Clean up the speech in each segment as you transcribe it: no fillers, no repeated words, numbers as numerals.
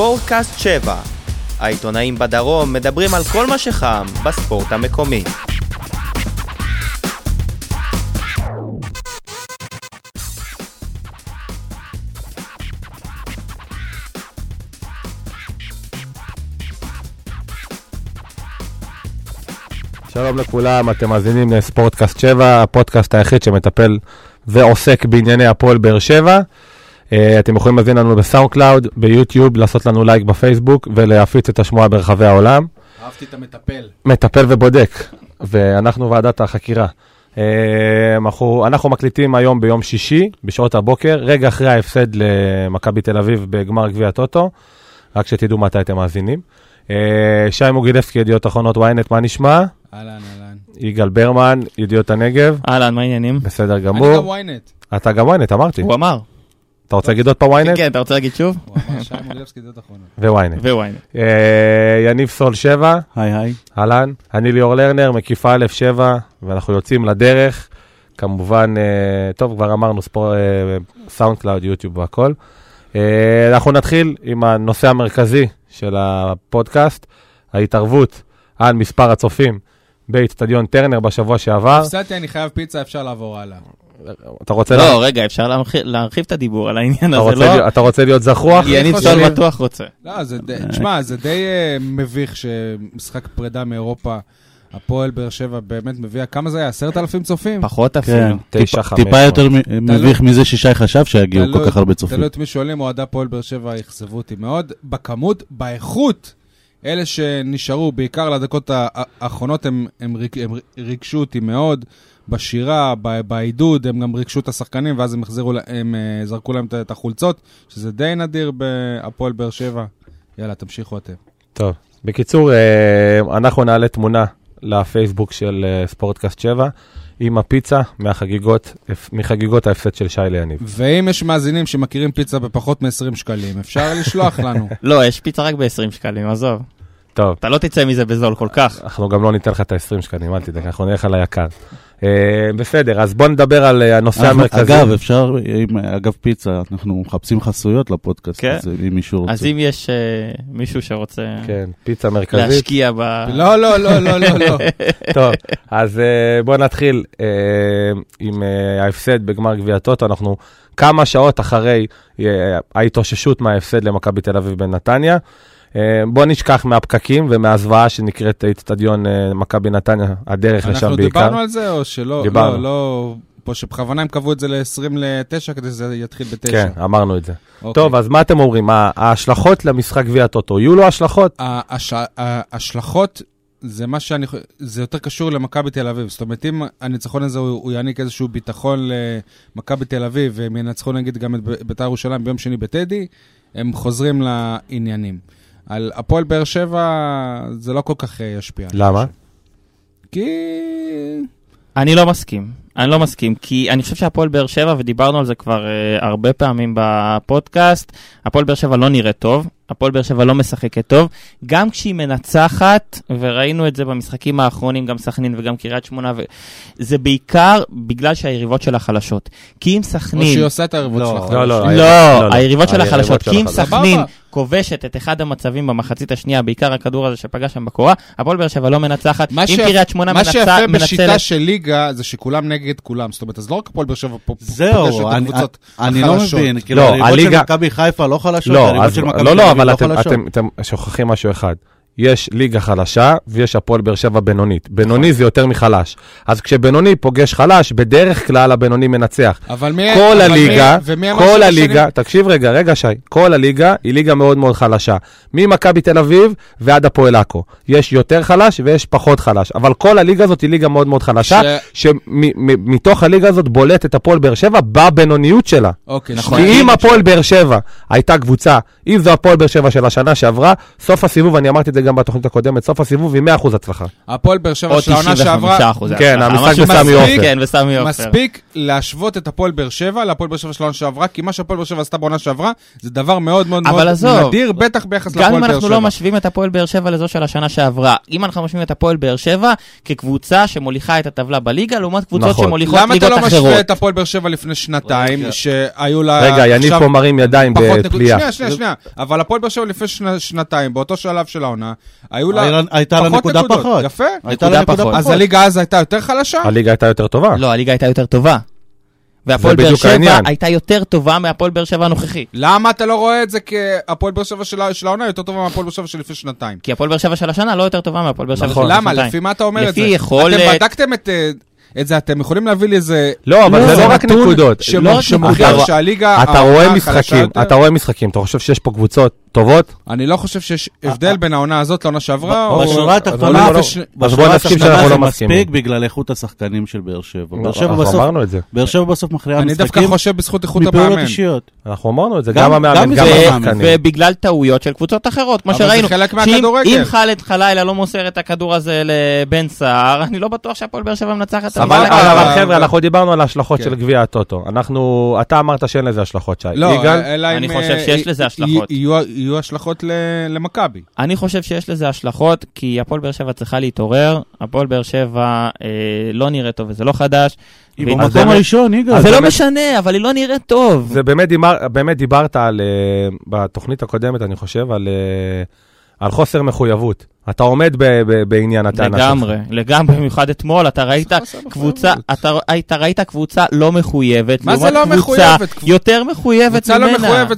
ספורטקאסט 7. העיתונאים בדרום מדברים על כל מה שחם בספורט המקומי. שלום לכולם, אתם מאזינים לספורטקאסט 7, הפודקאסט היחיד שמטפל ועוסק בענייני הפועל באר שבע. אתם יכולים להזין לנו בסאונד קלאוד, ביוטיוב, לעשות לנו לייק בפייסבוק ולהפיץ את השמועה ברחבי העולם. אהבתי את המטפל. מטפל ובודק, ואנחנו ועדת החקירה. אנחנו מקליטים היום ביום שישי, בשעות הבוקר, רגע אחרי ההפסד למכבי תל אביב בגמר גביע הטוטו, רק שתדעו מתי אתם מאזינים. שי מוגילבסקי, ידיעות אחרונות ynet, מה נשמע? אהלן. יגאל ברמן, ידיעות הנגב. אהלן, מה העניינים? בסדר גמור. אני גם ynet. אתה גם ynet, אמרתי. הוא אמר. אתה רוצה להגיד עוד פעם ynet? כן, אתה רוצה להגיד שוב? הוא אמר שי מוגילבסקי, ידיעות אחרונות. ו-ynet. יניב סול 7. היי. אהלן. אני ליאור לרנר, מקיפה א' 7, ואנחנו יוצאים לדרך. כמובן, טוב, כבר אמרנו, סאונד קלאוד, יוטיוב והכל. אנחנו נתחיל עם הנושא המרכזי של הפודקאסט, ההתערבות על מספר הצופים באצטדיון טרנר בשבוע שעבר. הפסדתי, אני חייב פיצה, אפשר לעבור הלאה. אתה רוצה... לא, רגע, אפשר להרחיב את הדיבור על העניין הזה, לא? אתה רוצה להיות זכוח? יניב סול בטוח רוצה. לא, תשמע, זה די מביך שמשחק פרידה מאירופה, הפועל באר שבע באמת מביאה, כמה זה היה? 10,000 צופים? פחות אפילו. 9,500. טיפה יותר מביך מזה ששי חשב שיגיעו כל כך הרבה צופים. תלוי את מי שואלים, אוהדי הפועל באר שבע יחשבו אותי מאוד. בכמות, באיכות, אלה שנשארו, בעיקר לדקות האחרונות, הם ריגשו אותי מאוד. בשירה, בעידוד, הם גם ריגשו את השחקנים, ואז הם זרקו להם את החולצות, שזה די נדיר בהפועל באר שבע. יאללה, תמשיכו אתם. טוב, בקיצור, אנחנו נעלה תמונה לפייסבוק של ספורטקאסט 7, עם הפיצה מחגיגות ההפסד של שי ליניב. ואם יש מאזינים שמכירים פיצה בפחות מ-20 שקלים, אפשר לשלוח לנו. לא, יש פיצה רק ב-20 שקלים, עזוב. טוב. אתה לא תצא מזה בזול כל כך. אנחנו גם לא ניתן לך את ה-20 שקלים, אל תדאג, אנחנו נלך על היקר. בסדר, אז בוא נדבר על הנושא המרכזי. אגב, אפשר, אגב פיצה, אנחנו מחפשים חסויות לפודקאסט הזה, אם מישהו רוצה. אז אם יש מישהו שרוצה פיצה מרכזית. להשקיע ב... לא. טוב, אז בוא נתחיל עם ההפסד בגמר גביע הטוטו. אנחנו כמה שעות אחרי ההתאוששות מההפסד למכבי תל אביב בנתניה. בוא נשכח מהפקקים ומהזוועה שנקראת אצטדיון מכבי נתניה, הדרך לשם בעיקר. אנחנו דיברנו על זה או שלא? דיברנו. לא, פה שבכוונה הם קבעו את זה ל-20:09 כדי שזה יתחיל ב-9. כן, אמרנו את זה. טוב, אז מה אתם אומרים? ההשלכות למשחק גביע הטוטו, יהיו לו השלכות? ההשלכות זה מה זה יותר קשור למכבי תל אביב. זאת אומרת, אם הניצחון הזה הוא יעניק איזשהו ביטחון למכבי תל אביב, והם ינצחו נגיד גם את בית"ר ירושלים ביום שני בטדי, הם חוזרים לעניינים. על הפועל באר שבע זה לא כל כך ישפיע. למה? כי... אני לא מסכים, כי אני חושב שהפועל באר שבע, ודיברנו על זה כבר הרבה פעמים בפודקאסט, הפועל באר שבע לא נראה טוב, הפועל באר שבע לא משחקת טוב, גם כשהיא מנצחת, וראינו את זה במשחקים האחרונים, גם סכנין וגם קריית שמונה, זה בעיקר בגלל שהיריבות שלה חלשות. כי אם סכנין... או שהיא עושה את היריבות שלה חלשות. לא, היריבות שלה חלשות. כי אם סכנין כובשת את אחד המצבים במחצית השנייה, בעיקר הכדור הזה שפגש שם בקורה, הפועל באר שבע לא מנצחת. אם קריית שמונה מה שיפה בשיטה של ליגה, זה שכולם נגד כולם. זאת אומרת, אז לא רק הפועל באר שבע פה פוגשת את הקבוצות החלשות. אני לא מבין, כאילו, היריבות של מכבי חיפה לא חלשות, היריבות של מכבי לא, אבל אתם שוכחים משהו אחד. יש ליגה חלשה ויש הפועל באר שבע בינונית. בינוני זה יותר מחלש. אז כשבינוני פוגש חלש, בדרך כלל הבינוני מנצח. כל הליגה, תקשיב רגע שי, כל הליגה היא ליגה מאוד מאוד חלשה. ממכבי תל אביב ועד הפועל עכו. יש יותר חלש ויש פחות חלש. אבל כל הליגה הזאת היא ליגה מאוד מאוד חלשה, שמתוך הליגה הזאת בולט את הפועל באר שבע בבינוניות שלה. כי אם הפועל באר שבע הייתה קבוצה, אם זו הפועל באר שבע של השנה שעברה, סוף הסיבוב, אני אמרתי את זה לי גם בתוכנית הקודמת, סוף הסיבוב עם 100% הצלחה. הפועל באר שבע של העונה שעברה, כן, המשחק בסמי עופר. כן, בסמי עופר. מספיק להשוות את הפועל באר שבע להפועל באר שבע של העונה שעברה, כי מה שהפועל באר שבע עשתה בעונה שעברה, זה דבר מאוד מאוד נדיר, בטח ביחס להפועל באר שבע. גם אם אנחנו לא משווים את הפועל באר שבע לזו של השנה שעברה, אם אנחנו משווים את הפועל באר שבע כקבוצה שמוליכה את הטבלה בליגה, לעומת קבוצות שמוליכות ליגות אחרות. למה אתה לא משווה את הפועל באר שבע לפני שנתיים, שהיו לה... רגע, יניב פה מרים ידיים בפליאה. שנייה. אבל הפועל באר שבע לפני שנתיים, באותו שלב של העונה, היו לה הייתה לה נקודה פחות. יפה. נקודה פחות. אז הליגה אז הייתה יותר חלשה? הליגה הייתה יותר טובה. לא, הליגה הייתה יותר טובה. והפועל באר שבע הייתה יותר טובה מהפועל באר שבע הנוכחי. למה אתה לא רואה את זה כהפועל באר שבע של העונה יותר טובה מהפועל באר שבע של לפני שנתיים? כי הפועל באר שבע של השנה לא יותר טובה מהפועל באר שבע של לפני שנתיים. למה? לפי מה אתה אומר את זה? לפי יכולת... אתם בדקתם את זה, אתם יכולים להביא לי איזה... לא, אבל זה לא רק נקודות. שמוכר שהליגה... אתה רואה משחקים, אתה חושב שיש פה קבוצות טובות? אני לא חושב שיש הבדל בין העונה הזאת לעונה שעברה. בשורה התחתונה, אז בוא נסכים שאנחנו לא מסכימים. מספיק בגלל איכות השחקנים של באר שבע. אנחנו אמרנו את זה. באר שבע בסוף מכריעה משחקים. אני דווקא חושב בזכות איכות מפעולות המאמן. אישיות. אנחנו אמרנו את זה, גם המאמן, גם השחקנים. ובגלל טעויות של קבוצות אחרות, כמו שראינו. אבל זה חלק מהכדורגל. אם חאלד חלילה לא מוסר את הכדור הזה לבן סער, אני לא בטוח שהפועל באר שבע מנצחת. אבל חבר'ה, אנחנו דיברנו על ההשלכות של גביע הטוטו. אתה אמרת שאין לזה השלכות, שי. אני חושב שיש לזה השלכות. יהיו השלכות למכבי. אני חושב שיש לזה השלכות, כי הפועל באר שבע צריכה להתעורר, הפועל באר שבע לא נראה טוב וזה לא חדש. היא במקום הראשון, יגאל. זה לא משנה, אבל היא לא נראית טוב. זה באמת דיברת בתוכנית הקודמת, אני חושב, על חוסר מחויבות. אתה עומד בעניין הטענה שלך. לגמרי, במיוחד אתמול, אתה ראית קבוצה לא מחויבת. מה זה לא מחויבת? יותר מחויבת ממנה. קבוצה לא מחויבת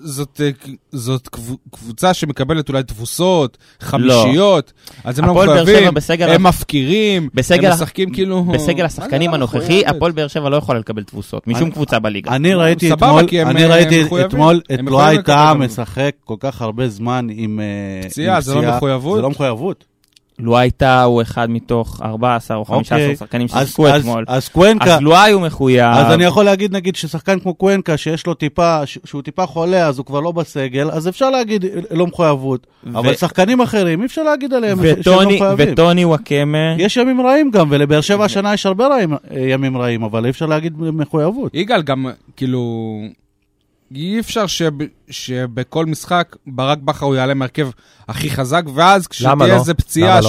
זאת קבוצה שמקבלת אולי תבוסות, חמישיות, אז הם לא מחויבים, הם מפקירים, הם משחקים כאילו... בסגל השחקנים הנוכחי, הפועל באר שבע לא יכולה לקבל תבוסות, משום קבוצה בליגה. אני ראיתי אתמול את לואי טאה משחק כל כך הרבה זמן עם פציעה, זה לא מחויבות? זה לא מחויבות. לואי טאה הוא אחד מתוך 14 או 15 שחקנים ששיחקו אתמול. אז קוונקה... אז לואי הוא מחויב. אז אני יכול להגיד, נגיד, ששחקן כמו קוונקה, שיש לו טיפה, שהוא טיפה חולה, אז הוא כבר לא בסגל, אז אפשר להגיד לא מחויבות. אבל שחקנים אחרים, אי אפשר להגיד עליהם שלא מחויבים. וטוני וואקמה... יש ימים רעים גם, ולבאר שבע השנה יש הרבה ימים רעים, אבל אי אפשר להגיד מחויבות. יגאל גם, כאילו... אי אפשר שבכל משחק ברק בכר הוא יעלה מרכב הכי חזק, ואז כשתהיה איזה פציעה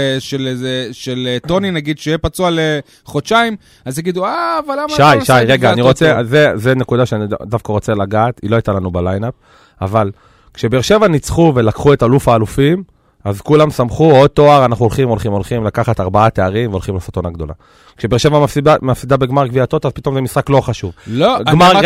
של טוני, נגיד, שיהיה פצוע לחודשיים, אז יגידו, אבל למה... שי, רגע, אני רוצה, זה נקודה שאני דווקא רוצה לגעת, היא לא הייתה לנו בליינאפ, אבל כשבאר שבע ניצחו ולקחו את אלוף האלופים, אז כולם שמחו, עוד תואר, אנחנו הולכים לקחת 4 תארים והולכים לעשות עונה גדולה. כשבאר שבע מפסידה בגמר גביע הטוטו, אז פתאום זה משחק לא חשוב. לא,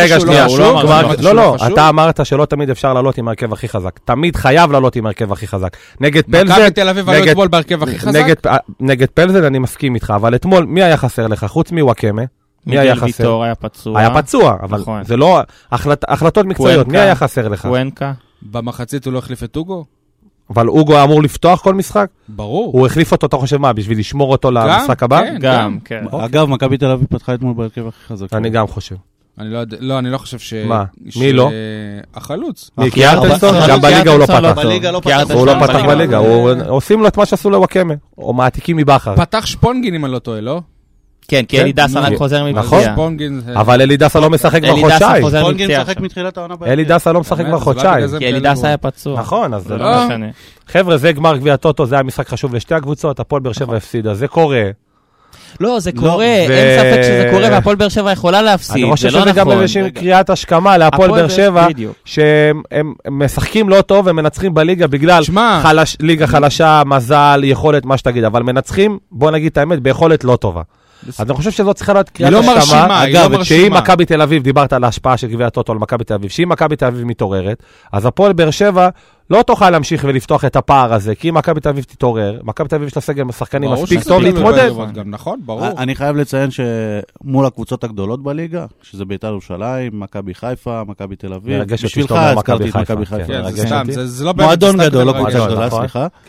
לא, אתה אמרת שלא תמיד אפשר לעלות עם הרכב הכי חזק. תמיד חייב לעלות עם הרכב הכי חזק. נגד פלזן... מכבי תל אביב עלו אתמול בהרכב הכי חזק? נגד פלזן אני מסכים איתך, אבל אתמול מי היה חסר לך? חוץ מוואקמה. מי היה חסר? ויטור היה פצוע. היה פצוע, אבל זה לא החלטות מקצועיות. מי היה חסר לך? קוונקה. במחצית הוא לא החליף את אוגו? אבל אוגו אמור לפתוח כל משחק? ברור. הוא החליף אותו, אתה חושב מה, בשביל לשמור אותו למשחק הבא? גם, כן. אגב, מכבי תל אביב פתחה אתמול בהרכב הכי חזק. אני גם חושב. אני לא חושב ש... מה? מי לא? החלוץ. מי? קיארטנסון? גם בליגה הוא לא פתח. הוא לא פתח בליגה, עושים לו את מה שעשו לוואקמה, או מעתיקים מבחר. פתח שפונגין אם אני לא טועה, לא? כן, כי אלי דסה רק חוזר מפציעה. אבל אלי דסה לא משחק כבר חודשיים. שפונגין משחק מתחילת העונה. אלי דסה לא משחק כבר חודשיים. כי אלי דסה היה פצוע. נכון, אז זה לא משנה. חבר'ה, זה גמר גביע הטוטו, זה היה משחק חשוב לשתי הקבוצות, הפועל באר שבע הפסידה, זה קורה. לא, זה קורה, אין ספק שזה קורה, והפועל באר שבע יכולה להפסיד, אני חושב שזה גם איזושהי קריאת השכמה להפועל באר שבע, שהם משחקים לא טוב ומנצחים בליגה בגלל ליגה חלשה, מזל, יכולת, מה שתגיד, אבל מנצחים, בוא נגיד את האמת, ביכולת לא טובה. אז אני חושב שזאת צריכה להיות קריאת השכמה. אגב, שאם מכבי תל אביב, דיברת על ההשפעה של גביע הטוטו על מכבי תל אביב, שאם מכבי תל אביב מתעוררת, אז הפועל באר שבע לא תוכל להמשיך ולפתוח את הפער הזה, כי אם מכבי תל אביב תתעורר, מכבי תל אביב יש לה סגל משחקנים מספיק טוב להתמודד. נכון, ברור. אני חייב לציין שמול הקבוצות הגדולות בליגה, שזה בית"ר ירושלים, מכבי חיפה, מכבי תל אביב, בשבילך הזכרתי את מכבי חיפה. זה לא מועדון גדול, לא קבוצה גדולה, סליחה.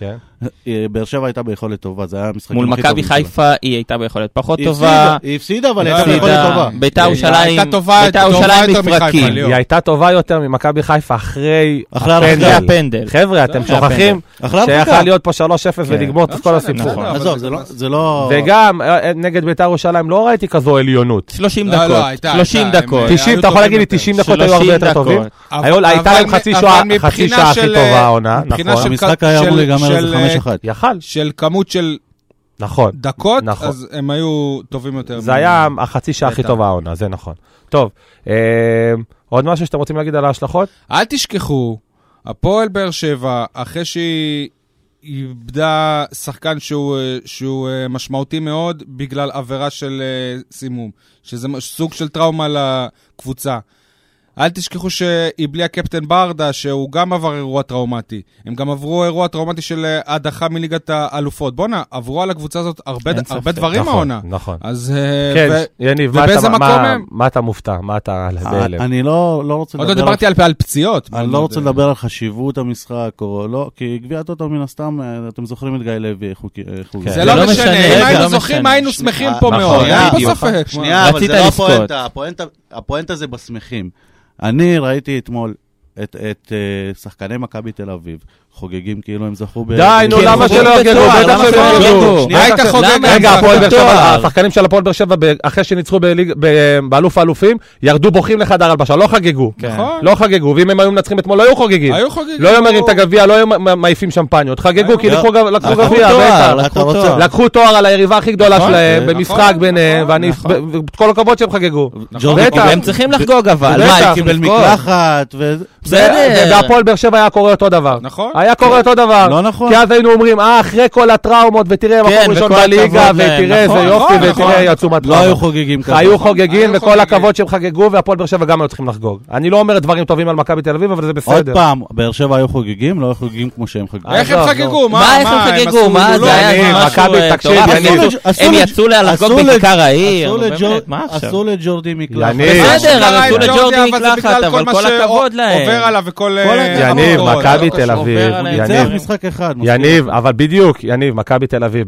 באר שבע הייתה ביכולת טובה, זה היה המשחק מול הכי טוב מכבי שלה. חיפה היא הייתה ביכולת פחות טובה. היא הפסידה, אבל היא הייתה ביכולת טובה. בית"ר ירושלים, הייתה טובה יותר מפרקים. מחיפה, היא הייתה טובה יותר ממכבי חיפה אחרי הפנדל. חבר'ה, אתם שוכחים שיכל להיות פה 3-0 ולגמור את כל הסיפור. נכון. עזוב, זה לא... וגם נגד בית"ר ירושלים לא ראיתי כזו עליונות. 30 לא, דקות. הייתה, 30 הייתה, דקות. הם 90, אתה יכול להגיד לי 90 דקות היו הרבה יותר טובים? הייתה להם חצי שעה הכי טובה העונה, נכון. המשחק היה אמור להיגמר איזה 5-1. יכל. של כמות של נכון. דקות, נכון. אז הם היו טובים יותר. זה היה החצי שעה הכי טובה העונה, זה נכון. טוב, עוד משהו שאתם רוצים להגיד על ההשלכות? אל תשכחו, הפועל באר שבע, אחרי שהיא איבדה שחקן שהוא משמעותי מאוד, בגלל עבירה של סימום, שזה סוג של טראומה לקבוצה. אל תשכחו שהיא בלי הקפטן ברדה, שהוא גם עבר אירוע טראומטי. הם גם עברו אירוע טראומטי של הדחה מליגת האלופות. בוא'נה, עברו על הקבוצה הזאת הרבה דברים העונה. נכון. אז... כן, יניב, מה אתה מופתע? מה אתה בהלם? אני לא רוצה עוד לא דיברתי על פציעות. אני לא רוצה לדבר על חשיבות המשחק, או לא, כי גביע הטוטו מן הסתם, אתם זוכרים את גיא לוי, איך הוא... זה לא משנה, אם היינו זוכרים, היינו שמחים פה מאוד. שנייה, אבל זה לא הפואנטה. הפואנטה זה בשמחים. אני ראיתי אתמול את שחקני מכבי תל אביב חוגגים כאילו הם זכו די, נו, למה שלא יחגגו? בטח שלא יחגגו. היית חוגג. רגע, השחקנים של הפועל באר שבע, אחרי שניצחו באלוף האלופים, ירדו בוכים לחדר הלבשה, לא חגגו. לא חגגו, ואם הם היו מנצחים אתמול, לא היו חוגגים. לא היו מרים את הגביע, לא היו מעיפים שמפניות. חגגו, כי לקחו גביע, לקחו תואר על היריבה הכי גדולה שלהם, במשחק ביניהם, וכל הכבוד שהם חגגו. הם צריכים לחגוג, אבל. קיבל מקלחת והפועל באר שבע היה קורה אותו דבר. נכון. היה קורה אותו דבר. לא נכון. כי אז היינו אומרים, אחרי כל הטראומות, ותראה מקום ראשון בליגה, ותראה איזה יופי, ותראה יצאו מהטראומות. לא היו חוגגים ככה. היו חוגגים, וכל הכבוד שהם חגגו, והפועל באר שבע גם היו צריכים לחגוג. אני לא אומר דברים טובים על מכבי תל אביב, אבל זה בסדר. עוד פעם, באר שבע היו חוגגים, לא היו חוגגים כמו שהם חגגו. איך הם חגגו? מה איך הם חגגו? מה זה היה משהו טוב? הם יצאו לחגוג בכיכר העיר. עשו לג'ורדי מקלחת. בסדר, עשו לג'ורדי מקלחת, אבל כל הכבוד להם. עובר עליו וכל... יניב, מכבי תל אביב, יניב, אבל בדיוק, יניב, מכבי תל אביב,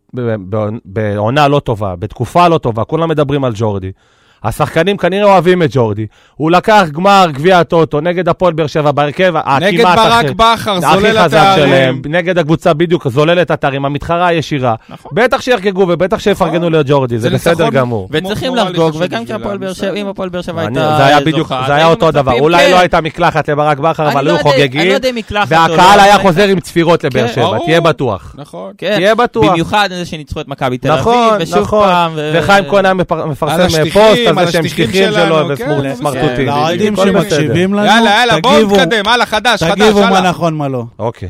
בעונה לא טובה, בתקופה לא טובה, כולם מדברים על ג'ורדי. השחקנים כנראה אוהבים את ג'ורדי. הוא לקח גמר גביע הטוטו נגד הפועל באר שבע בהרכב נגד ברק בכר, זולל את התארים. נגד הקבוצה בדיוק, זולל את התארים, המתחרה הישירה. בטח שיחגגו ובטח שיפרגנו לג'ורדי, זה בסדר גמור. וצריכים לחגוג, וגם כשהפועל באר שבע, אם הפועל באר שבע הייתה זה היה בדיוק, זה היה אותו דבר. אולי לא הייתה מקלחת לברק בכר, אבל היו חוגגים. והקהל היה חוזר עם צפירות לבאר שבע, תהיה בטוח. נכון. תהיה בטוח. במיוחד זה שניצחו את מכבי תל אביב, ושוב פעם. וחיים כהן היה מפרסם פוסט על זה שהם שליחים שלו וסמרטוטים. לעדים שמקשיבים לנו, יאללה, בואו נתקדם, הלאה, חדש. תגיבו מה נכון, מה לא. אוקיי.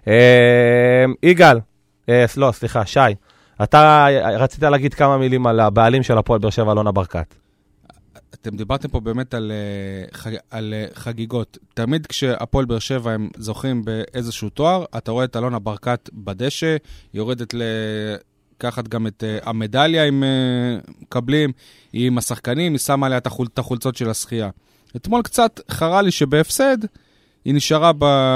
יגאל, לא, סליחה, שי, אתה רצית להגיד כמה מילים על הבעלים של הפועל באר שבע, אלונה ברקת. אתם דיברתם פה באמת על חגיגות. תמיד כשהפועל באר שבע הם זוכים באיזשהו תואר, אתה רואה את אלונה ברקת בדשא, יורדת לקחת גם את המדליה עם קבלים, עם השחקנים, היא שמה עליה את החולצות של השחייה. אתמול קצת חרה לי שבהפסד, היא נשארה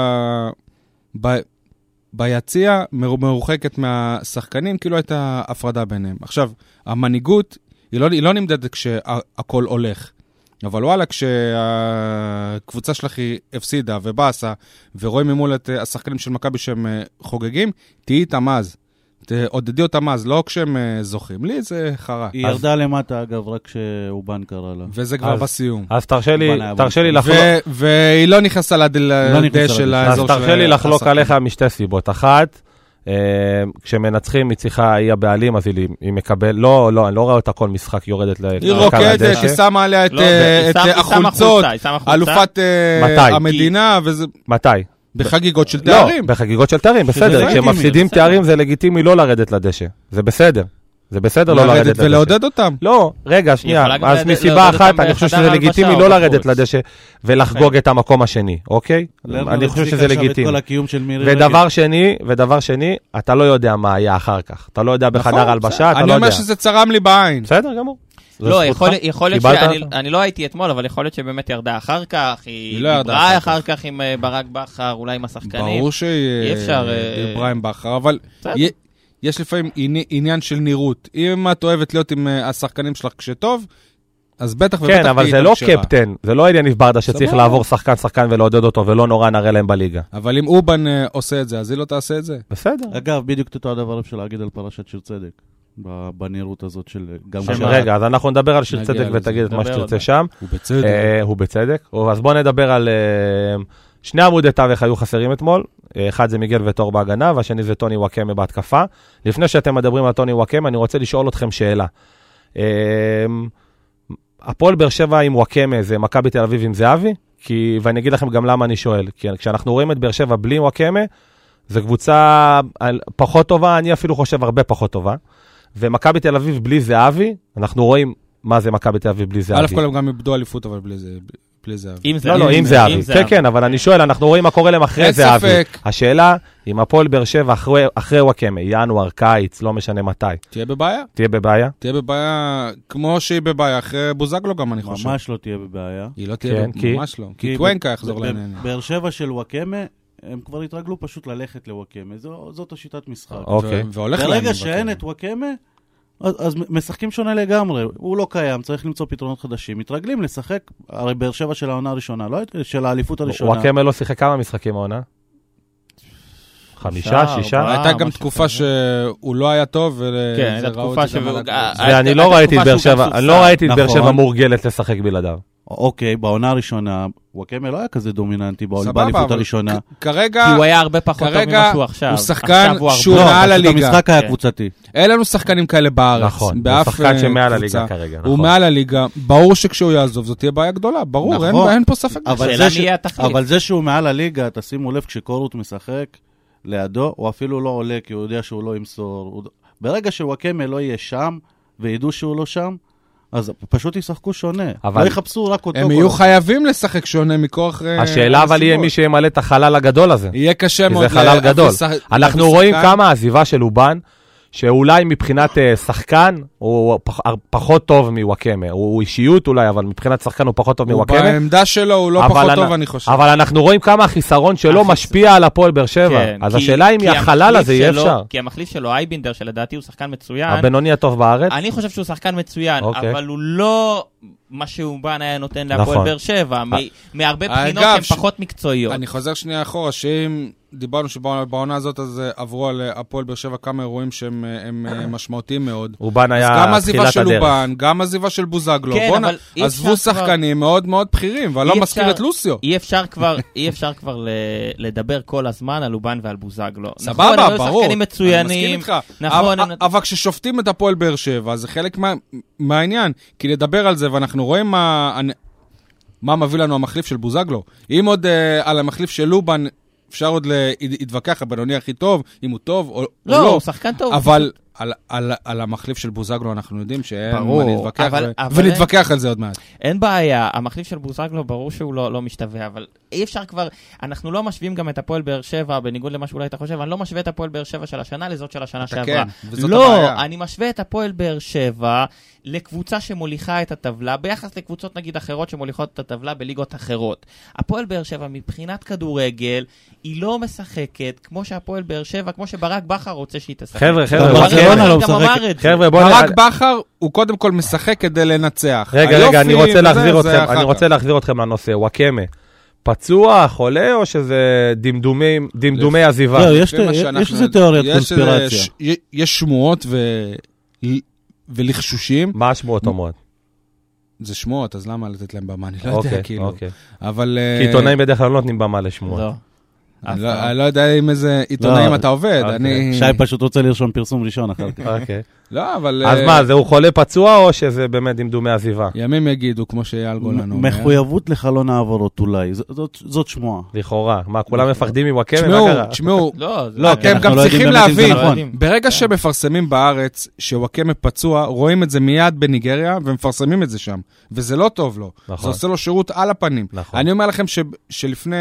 ביציע, מרוחקת מהשחקנים, כאילו הייתה הפרדה ביניהם. עכשיו, המנהיגות, היא לא נמדדת כשהכל הולך. אבל וואלה, כשהקבוצה שלך היא הפסידה ובאסה, ורואים ממול את השחקנים של מכבי שהם חוגגים, תהיי איתם אז. תעודדי אותם אז, לא כשהם זוכים. לי זה חרה. היא ירדה למטה, אגב, רק כשאובן קרא לה. וזה כבר בסיום. אז תרשה לי לחלוק. והיא לא נכנסה לדשא של האזור של... אז תרשה לי לחלוק עליך משתי סיבות. אחת, כשמנצחים היא הבעלים, אז היא מקבל, לא, אני לא רואה אותה כל משחק יורדת היא רוקדת, היא שמה עליה את החולצות, אלופת המדינה, וזה... מתי? בחגיגות של תארים. לא, בחגיגות של תארים, בסדר. כשמפסידים תארים זה לגיטימי לא לרדת לדשא. זה בסדר. זה בסדר לא לרדת לדשא. ולעודד אותם. לא, רגע, שנייה. אז מסיבה אחת, אני חושב שזה לגיטימי לא לרדת לדשא ולחגוג את המקום השני, אוקיי? אני חושב שזה לגיטימי. ודבר שני, אתה לא יודע מה היה אחר כך. אתה לא יודע בחדר הלבשה, אתה לא יודע. אני אומר שזה צרם לי בעין. בסדר, גמור. לא, יכול להיות שאני לא הייתי אתמול, אבל יכול להיות שבאמת ירדה אחר כך, היא דיברה אחר כך עם ברק בכר, אולי עם השחקנים. ברור שהיא דיברה עם בכר, אבל יש לפעמים עניין של נראות. אם את אוהבת להיות עם השחקנים שלך כשטוב, אז בטח ובטח... כן, אבל זה לא קפטן, זה לא עניין ברדה שצריך לעבור שחקן ולעודד אותו, ולא נורא נראה להם בליגה. אבל אם אובן עושה את זה, אז היא לא תעשה את זה. בסדר. אגב, בדיוק אותו הדבר אפשר להגיד על פרשת שיר צדק, בנראות הזאת של... רגע, אז אנחנו נדבר על שיר צדק ותגיד את מה שתרצה שם. הוא בצדק. הוא בצדק. אז בואו נדבר על... שני עמודי תווך היו חסרים אתמול, אחד זה מיגל וטור בהגנה, והשני זה טוני וואקמה בהתקפה. לפני שאתם מדברים על טוני וואקמה, אני רוצה לשאול אתכם שאלה. הפועל באר שבע עם וואקמה זה מכבי תל אביב עם זהבי? ואני אגיד לכם גם למה אני שואל. כי כשאנחנו רואים את באר שבע בלי וואקמה, זו קבוצה פחות טובה, אני אפילו חושב הרבה פחות טובה. ומכבי תל אביב בלי זהבי, אנחנו רואים מה זה מכבי תל אביב בלי זהבי. אלף כולם גם איבדו אליפות, אבל בלי זהבי. לא, עם זהבי. כן, אבל אני שואל, אנחנו רואים מה קורה להם אחרי זהבי. השאלה, אם הפועל באר שבע אחרי וואקמה, ינואר, קיץ, לא משנה מתי. תהיה בבעיה? תהיה בבעיה? תהיה בבעיה, כמו שהיא בבעיה, אחרי בוזגלו גם אני חושב. ממש לא תהיה בבעיה. היא לא תהיה, ממש לא. כי קוונקה יחזור לעניין. באר שבע של וואקמה, הם כבר התרגלו פשוט ללכת לוואקמה. זאת השיטת משחק. ברגע שאין את וואקמה, אז משחקים שונה לגמרי, הוא לא קיים, צריך למצוא פתרונות חדשים, מתרגלים לשחק, הרי באר שבע של העונה הראשונה, לא של האליפות הראשונה. וואקמה לא שיחק כמה משחקים העונה? 5, 6? הייתה גם תקופה שהוא לא היה טוב, כן, הייתה תקופה ואני לא ראיתי את באר שבע מורגלת לשחק בלעדיו. אוקיי, בעונה הראשונה, וואקמה לא היה כזה דומיננטי באליפות הראשונה. כרגע... כי הוא היה הרבה פחות טוב ממה שהוא עכשיו. הוא שחקן שהוא מעל הליגה. המשחק היה קבוצתי. אין לנו שחקנים כאלה בארץ. נכון, הוא שחקן שמעל הליגה כרגע. הוא מעל הליגה. ברור שכשהוא יעזוב, זאת תהיה בעיה גדולה. ברור, אין פה ספק. אבל זה שהוא מעל הליגה, תשימו לב, כשקורות משחק לידו, הוא אפילו לא עולה, כי הוא יודע שהוא לא ימסור. ברגע שוואקמה לא יהיה שם, וידעו שהוא לא שם, אז פשוט ישחקו שונה, לא יחפשו רק אותו. הם יהיו חייבים לשחק שונה מכוח... השאלה אבל יהיה מי שימלא את החלל הגדול הזה. יהיה קשה מאוד. זה חלל גדול. אנחנו רואים כמה העזיבה של אובן, שאולי מבחינת שחקן הוא פחות טוב מוואקמה. הוא אישיות אולי, אבל מבחינת שחקן הוא פחות טוב מוואקמה. בעמדה שלו הוא לא פחות טוב, אני חושב. אבל אנחנו רואים כמה החיסרון שלו משפיע על הפועל באר שבע. אז השאלה אם החלל הזה יהיה אפשר. כי המחליף שלו, אייבינדר, שלדעתי הוא שחקן מצוין. הבינוני הטוב בארץ. אני חושב שהוא שחקן מצוין, אבל הוא לא... מה שאובן היה נותן להפועל באר שבע, מהרבה בחינות שהן פחות מקצועיות. אני חוזר שנייה אחורה, שאם דיברנו שבעונה הזאת אז עברו על הפועל באר שבע כמה אירועים שהם משמעותיים מאוד. אובן היה גם עזיבה של אובן, גם עזיבה של בוזגלו. עזבו שחקנים מאוד מאוד בכירים, ואני לא מזכיר את לוסיו. אי אפשר כבר לדבר כל הזמן על אובן ועל בוזגלו. סבבה, ברור. שחקנים מצוינים. אבל כששופטים את הפועל באר שבע, זה חלק מהעניין. כי לדבר על זה, ואנחנו רואים מה מביא לנו המחליף של בוזגלו. אם עוד על המחליף של אובן, אפשר עוד להתווכח, הבינוני הכי טוב, אם הוא טוב או לא. לא, הוא שחקן טוב. אבל על המחליף של בוזגלו אנחנו יודעים שאין מה להתווכח, ונתווכח על זה עוד מעט. אין בעיה, המחליף של בוזגלו ברור שהוא לא משתווה, אבל אי אפשר כבר, אנחנו לא משווים גם את הפועל באר שבע, בניגוד למה שאולי אתה חושב, אני לא משווה את הפועל באר שבע של השנה לזאת של השנה שעברה. לא, אני משווה את הפועל באר שבע לקבוצה שמוליכה את הטבלה, ביחס לקבוצות נגיד אחרות שמוליכות את הטבלה בליגות אחרות. הפועל באר שבע מבחינת כדורגל, היא לא משחקת כמו שהפועל באר שבע, כמו שברק בכר רוצה שהיא תשחק. חבר'ה, ברק בכר הוא קודם כל משחק כדי לנצח. רגע, אני רוצה להחזיר אתכם לנושא, וואקמה. פצוע, חולה, או שזה דמדומי עזיבה? יש איזה תיאוריית קונספירציה. יש שמועות ולחשושים. מה השמועות אומרות? זה שמועות, אז למה לתת להם במה? אני לא יודע, כאילו. אבל... כי עיתונאים בדרך כלל לא נותנים במה לשמועות. אני לא יודע עם איזה עיתונאים אתה עובד. שי פשוט רוצה לרשום פרסום ראשון אחר כך. לא, אבל... אז מה, זה הוא חולה פצוע או שזה באמת דמדומי עזיבה? ימים יגידו, כמו שאייל גולן אומר. מחויבות לחלון העברות אולי, זאת שמועה. לכאורה. מה, כולם מפחדים מוואקמה? תשמעו, אתם גם צריכים להבין, ברגע שמפרסמים בארץ שוואקמה פצוע, רואים את זה מיד בניגריה, ומפרסמים את זה שם. וזה לא טוב לו. זה עושה לו שירות על הפנים. אני אומר לכם שלפני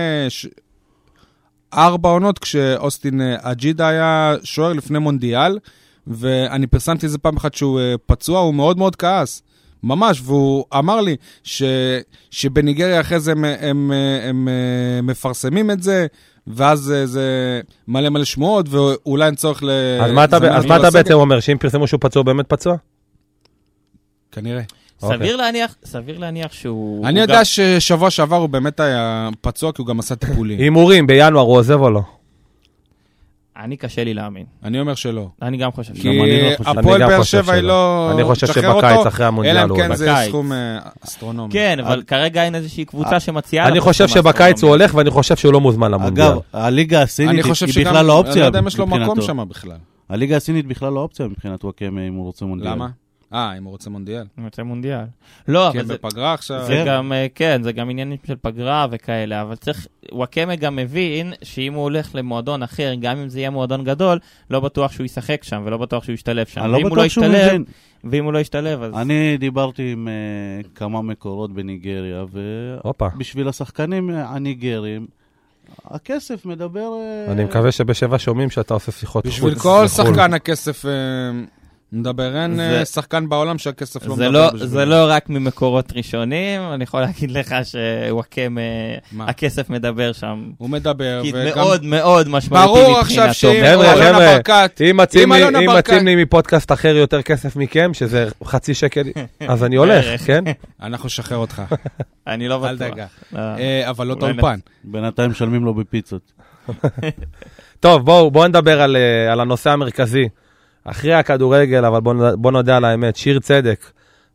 4 עונות, כשאוסטין אג'ידה היה שוער לפני מונדיאל, ואני פרסמתי איזה פעם אחת שהוא פצוע, הוא מאוד מאוד כעס. ממש, והוא אמר לי שבניגריה אחרי זה הם מפרסמים את זה, ואז זה מלא שמועות, ואולי אין צורך אז מה אתה בעצם אומר, שאם פרסמו שהוא פצוע, באמת פצוע? כנראה. סביר להניח שהוא... אני יודע ששבוע שעבר הוא באמת היה פצוע, כי הוא גם עשה טיפולים. הימורים, בינואר הוא עוזב או לא? אני קשה לי להאמין. אני אומר שלא. אני גם חושב. כי הפועל באר שבע היא לא... אני חושב שבקיץ אחרי המונדיאל הוא הולך. אלא אם כן זה סכום אסטרונומי. כן, אבל כרגע אין איזושהי קבוצה שמציעה... אני חושב שבקיץ הוא הולך, ואני חושב שהוא לא מוזמן למונדיאל. אגב, הליגה הסינית היא בכלל לא אופציה. אני לא יודע אם יש לו מקום שם בכלל. הליגה הסינית בכלל לא אופציה מבחינת וואקמה אם הוא רוצה מונדיאל. למה? אם הוא רוצה מונדיאל. הוא רוצה מונדיאל. לא, אבל זה... בפגרה עכשיו... זה גם, כן, זה גם עניינים של פגרה וכאלה, אבל צריך... וואקמה גם מבין שאם הוא הולך למועדון אחר, גם אם זה יהיה מועדון גדול, לא בטוח שהוא ישחק שם, ולא בטוח שהוא ישתלב שם. ואם הוא לא ישתלב, אז... אני דיברתי עם כמה מקורות בניגריה, ובשביל השחקנים הניגרים, הכסף מדבר... אני מקווה שבשבע שומעים שאתה עושה שיחות חוץ. בשביל כל שחקן הכסף... מדבר, אין שחקן בעולם שהכסף לא מדבר בשביל. זה לא רק ממקורות ראשונים, אני יכול להגיד לך שוואקמה, הכסף מדבר שם. הוא מדבר. מאוד מאוד משמעותי מבחינתו. ברור עכשיו שאם אלונה ברקת, אם מציעים לי מפודקאסט אחר יותר כסף מכם, שזה חצי שקל, אז אני הולך, כן? אנחנו שחרר אותך. אני לא בטוח. אל דאגה. אבל לא תאולפן. בינתיים משלמים לו בפיצות. טוב, בואו נדבר על הנושא המרכזי. אחרי הכדורגל, אבל בוא נודע על האמת, שיר צדק,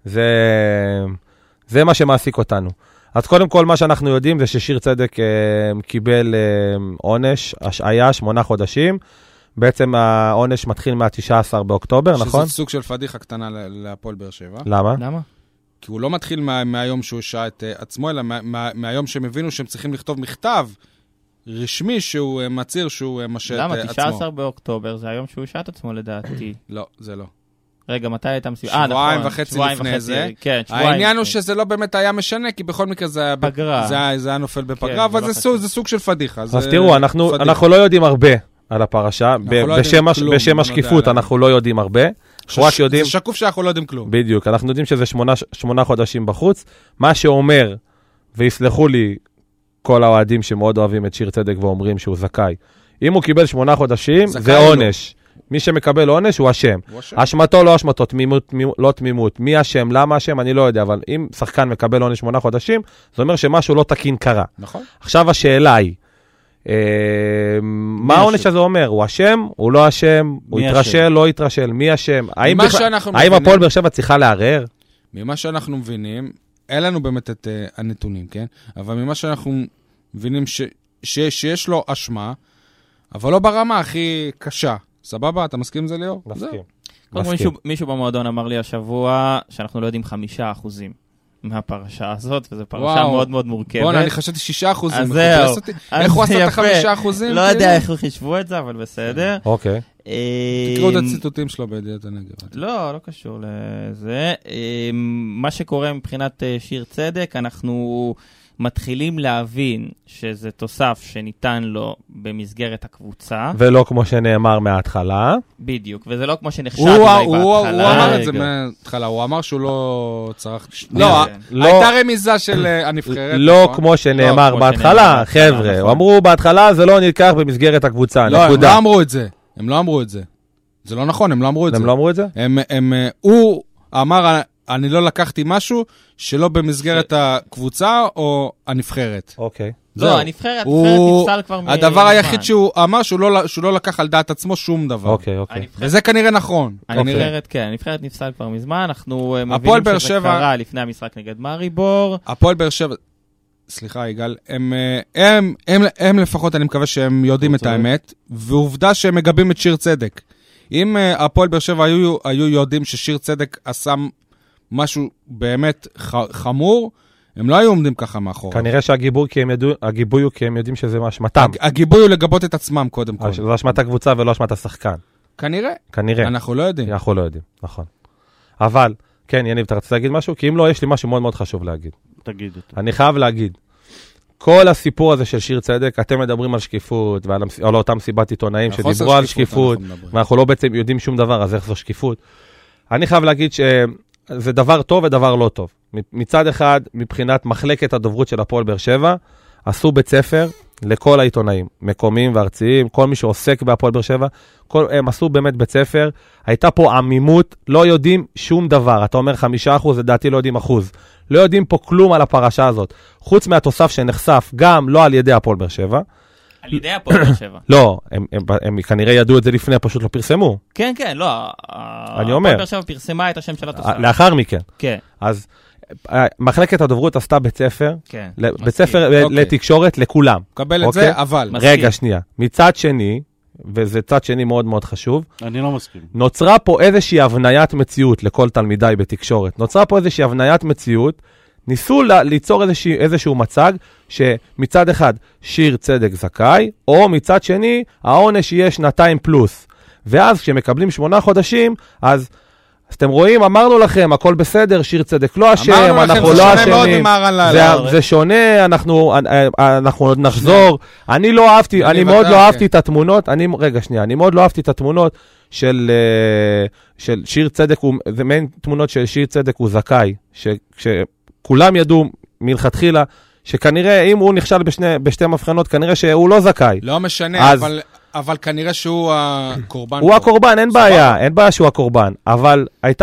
זה מה שמעסיק אותנו. אז קודם כל, מה שאנחנו יודעים זה ששיר צדק קיבל עונש, השעיה, 8 חודשים. בעצם העונש מתחיל מה-19 באוקטובר, נכון? שזה סוג של פדיחה קטנה להפועל באר שבע. למה? כי הוא לא מתחיל מהיום שהוא שעה את עצמו, אלא מהיום שהם הבינו שהם צריכים לכתוב מכתב, רשמי שהוא מצהיר שהוא משת עצמו. למה? 19 באוקטובר זה היום שהוא שעת עצמו לדעתי. לא, זה לא. רגע, מתי הייתה מסיבה? שבועיים וחצי לפני זה. העניין הוא שזה לא באמת היה משנה, כי בכל מקרה זה היה נופל בפגרה, אבל זה סוג של פדיחה. אז תראו, אנחנו לא יודעים הרבה על הפרשה. בשם השקיפות אנחנו לא יודעים הרבה. זה שקוף שאנחנו לא יודעים כלום. בדיוק, אנחנו יודעים שזה 8 חודשים בחוץ. מה שאומר, ויסלחו לי, כל האוהדים שמאוד אוהבים את שיר צדק ואומרים שהוא זכאי. אם הוא קיבל 8 חודשים, זה עונש. מי שמקבל עונש הוא אשם. אשמתו לא אשמתו, תמימות לא תמימות. מי אשם, למה אשם, אני לא יודע, אבל אם שחקן מקבל עונש 8 חודשים, זה אומר שמשהו לא תקין קרה. נכון. עכשיו השאלה היא, מה העונש הזה אומר? הוא אשם, הוא לא אשם, הוא יתרשל, לא יתרשל, מי אשם? האם הפועל באר שבע צריכה לערער? ממה שאנחנו מבינים, אין לנו באמת את הנתונים, כן? אבל ממה שאנחנו מבינים שיש לו אשמה, אבל לא ברמה הכי קשה. סבבה? אתה מסכים עם זה, ליאור? מסכים. מישהו במועדון אמר לי השבוע שאנחנו לא יודעים 5% מהפרשה הזאת, וזו פרשה מאוד מאוד מורכבת. בואו, אני חשבתי 6%. אז זהו. איך הוא עשה את 5%? לא יודע איך הוא חישבו את זה, אבל בסדר. אוקיי. תקראו את הציטוטים שלו בידיעת הנגב. לא קשור לזה. מה שקורה מבחינת שיר צדק, אנחנו מתחילים להבין שזה תוסף שניתן לו במסגרת הקבוצה. ולא כמו שנאמר מההתחלה. בדיוק, וזה לא כמו שנחשב אולי בהתחלה. הוא אמר את זה מההתחלה, הוא אמר שהוא לא צריך... לא, הייתה רמיזה של הנבחרת. לא כמו שנאמר בהתחלה, חבר'ה. אמרו בהתחלה זה לא נלקח במסגרת הקבוצה, נקודה. לא, הם לא אמרו את זה. הם לא אמרו את זה. זה לא נכון, הם לא אמרו את זה. הם לא אמרו את זה? הוא אמר... אני לא לקחתי משהו שלא במסגרת הקבוצה או הנבחרת. אוקיי. לא, הנבחרת נפסל כבר מזמן. הדבר היחיד שהוא אמר שהוא לא לקח על דעת עצמו שום דבר. אוקיי. וזה כנראה נכון. הנבחרת, כן, הנבחרת נפסל כבר מזמן, אנחנו מבינים שזה קרה לפני המשחק נגד מאריבור. הפועל באר שבע, סליחה יגאל, הם לפחות, אני מקווה שהם יודעים את האמת, ועובדה שהם מגבים את שיר צדק. אם הפועל באר שבע היו יודעים ששיר צדק עשה משהו באמת חמור, הם לא היו עומדים ככה מאחור. כנראה שהגיבוי הוא כי הם יודעים שזה אשמתם. הגיבוי הוא לגבות את עצמם קודם כל. זה אשמת הקבוצה ולא אשמת השחקן. כנראה. אנחנו לא יודעים. אנחנו לא יודעים, נכון. אבל, כן, יניב, אתה רצית להגיד משהו? כי אם לא, יש לי משהו מאוד מאוד חשוב להגיד. תגיד אותו. אני חייב להגיד, כל הסיפור הזה של שיר צדק, אתם מדברים על שקיפות, ועל אותם סיבת עיתונאים שדיברו על שקיפות, ואנחנו לא בעצם יודעים שום דבר, אז איך זו שקיפות. אני חייב להגיד זה דבר טוב ודבר לא טוב. מצד אחד, מבחינת מחלקת הדוברות של הפועל באר שבע, עשו בית ספר לכל העיתונאים, מקומיים וארציים, כל מי שעוסק בהפועל באר שבע, הם עשו באמת בית ספר, הייתה פה עמימות, לא יודעים שום דבר, אתה אומר 5%, לדעתי לא יודעים 1%, לא יודעים פה כלום על הפרשה הזאת, חוץ מהתוסף שנחשף, גם לא על ידי הפועל באר שבע. על ידי הפועל באר שבע. לא, הם כנראה ידעו את זה לפני, פשוט לא פרסמו. כן, כן, לא. אני אומר. הפועל באר שבע פרסמה את השם של התוסף. לאחר מכן. כן. אז מחלקת הדוברות עשתה בית ספר, כן. בית ספר לתקשורת לכולם. קבל את זה, אבל. רגע, שנייה. מצד שני, וזה צד שני מאוד מאוד חשוב. אני לא מסכים. נוצרה פה איזושהי הבניית מציאות לכל תלמידי בתקשורת. נוצרה פה איזושהי הבניית מציאות, ניסו ליצור איזשהו מצג שמצד אחד שיר צדק זכאי, או מצד שני העונש יהיה 2 פלוס. ואז כשמקבלים 8 חודשים, אז אתם רואים, אמרנו לכם, הכל בסדר, שיר צדק לא אשם, אנחנו לא אשמים, זה שונה, אנחנו עוד נחזור. אני לא אהבתי, אני מאוד לא אהבתי את התמונות, רגע שנייה, אני מאוד לא אהבתי את התמונות של שיר צדק, זה מעין תמונות של שיר צדק הוא זכאי, שכולם ידעו מלכתחילה, שכנראה אם הוא נכשל בשתי מבחנות, כנראה שהוא לא זכאי. לא משנה, אבל כנראה שהוא הקורבן. הוא הקורבן, אין בעיה, אין בעיה שהוא הקורבן, אבל הייתה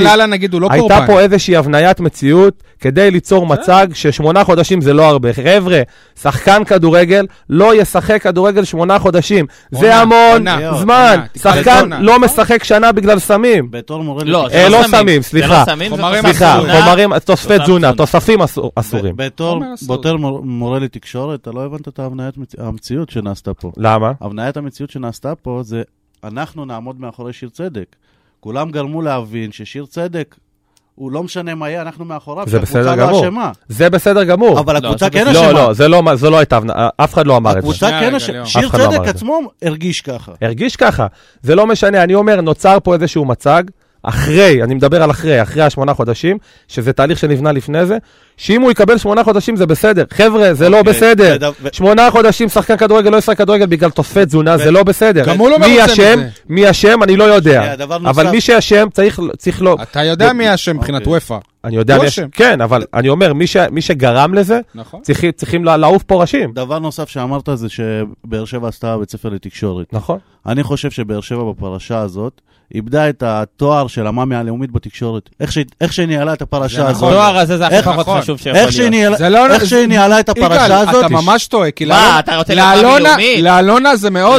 פה איזושהי הבניית מציאות כדי ליצור מצג ש8 חודשים זה לא הרבה. חבר'ה, שחקן כדורגל לא ישחק כדורגל 8 חודשים. זה המון זמן. שחקן לא משחק שנה בגלל סמים. לא סמים, סליחה. חומרים, תוספי תזונה, תוספים אסורים. בתור מורה לתקשורת, אתה לא הבנת את הבניית המציאות שנעשתה פה. למה? הבניית המציאות שנעשתה פה זה, אנחנו נעמוד מאחורי שיר צדק. כולם גרמו להבין ששיר צדק, הוא לא משנה מה יהיה, אנחנו מאחוריו, שהקבוצה לא אשמה. זה בסדר גמור. אבל הקבוצה כן אשמה. לא, זה לא הייתה, אף אחד לא אמר את זה. הקבוצה כן אשמה. שיר צדק עצמו הרגיש ככה. הרגיש ככה. זה לא משנה, אני אומר, נוצר פה איזשהו מצג, אחרי, אני מדבר על אחרי 8 חודשים, שזה תהליך שנבנה לפני זה, שאם הוא יקבל 8 חודשים זה בסדר. חבר'ה, זה לא בסדר. 8 חודשים שחקן כדורגל לא ישחק כדורגל בגלל תוספי תזונה, זה לא בסדר. מי אשם, אני לא יודע. אבל מי שאשם צריך לא... אתה יודע מי אשם מבחינת וופא. אני יודע מי אשם. כן, אבל אני אומר, מי שגרם לזה, צריכים לעוף פה ראשים. דבר נוסף שאמרת זה שבאר שבע עשתה בית ספר לתקשורת. נכון. אני חושב שבאר שבע בפרשה הזאת איבדה את התואר של המאמי הלאומית בתקשורת. איך שהיא ניהלה את הפרשה הזאת. התואר הזה זה הכי פחות חשוב שיכול להיות. איך שהיא ניהלה את הפרשה הזאת. אתה ממש טועה, כי מה, אתה רוצה להיות מאמי לאומית? לאלונה זה מאוד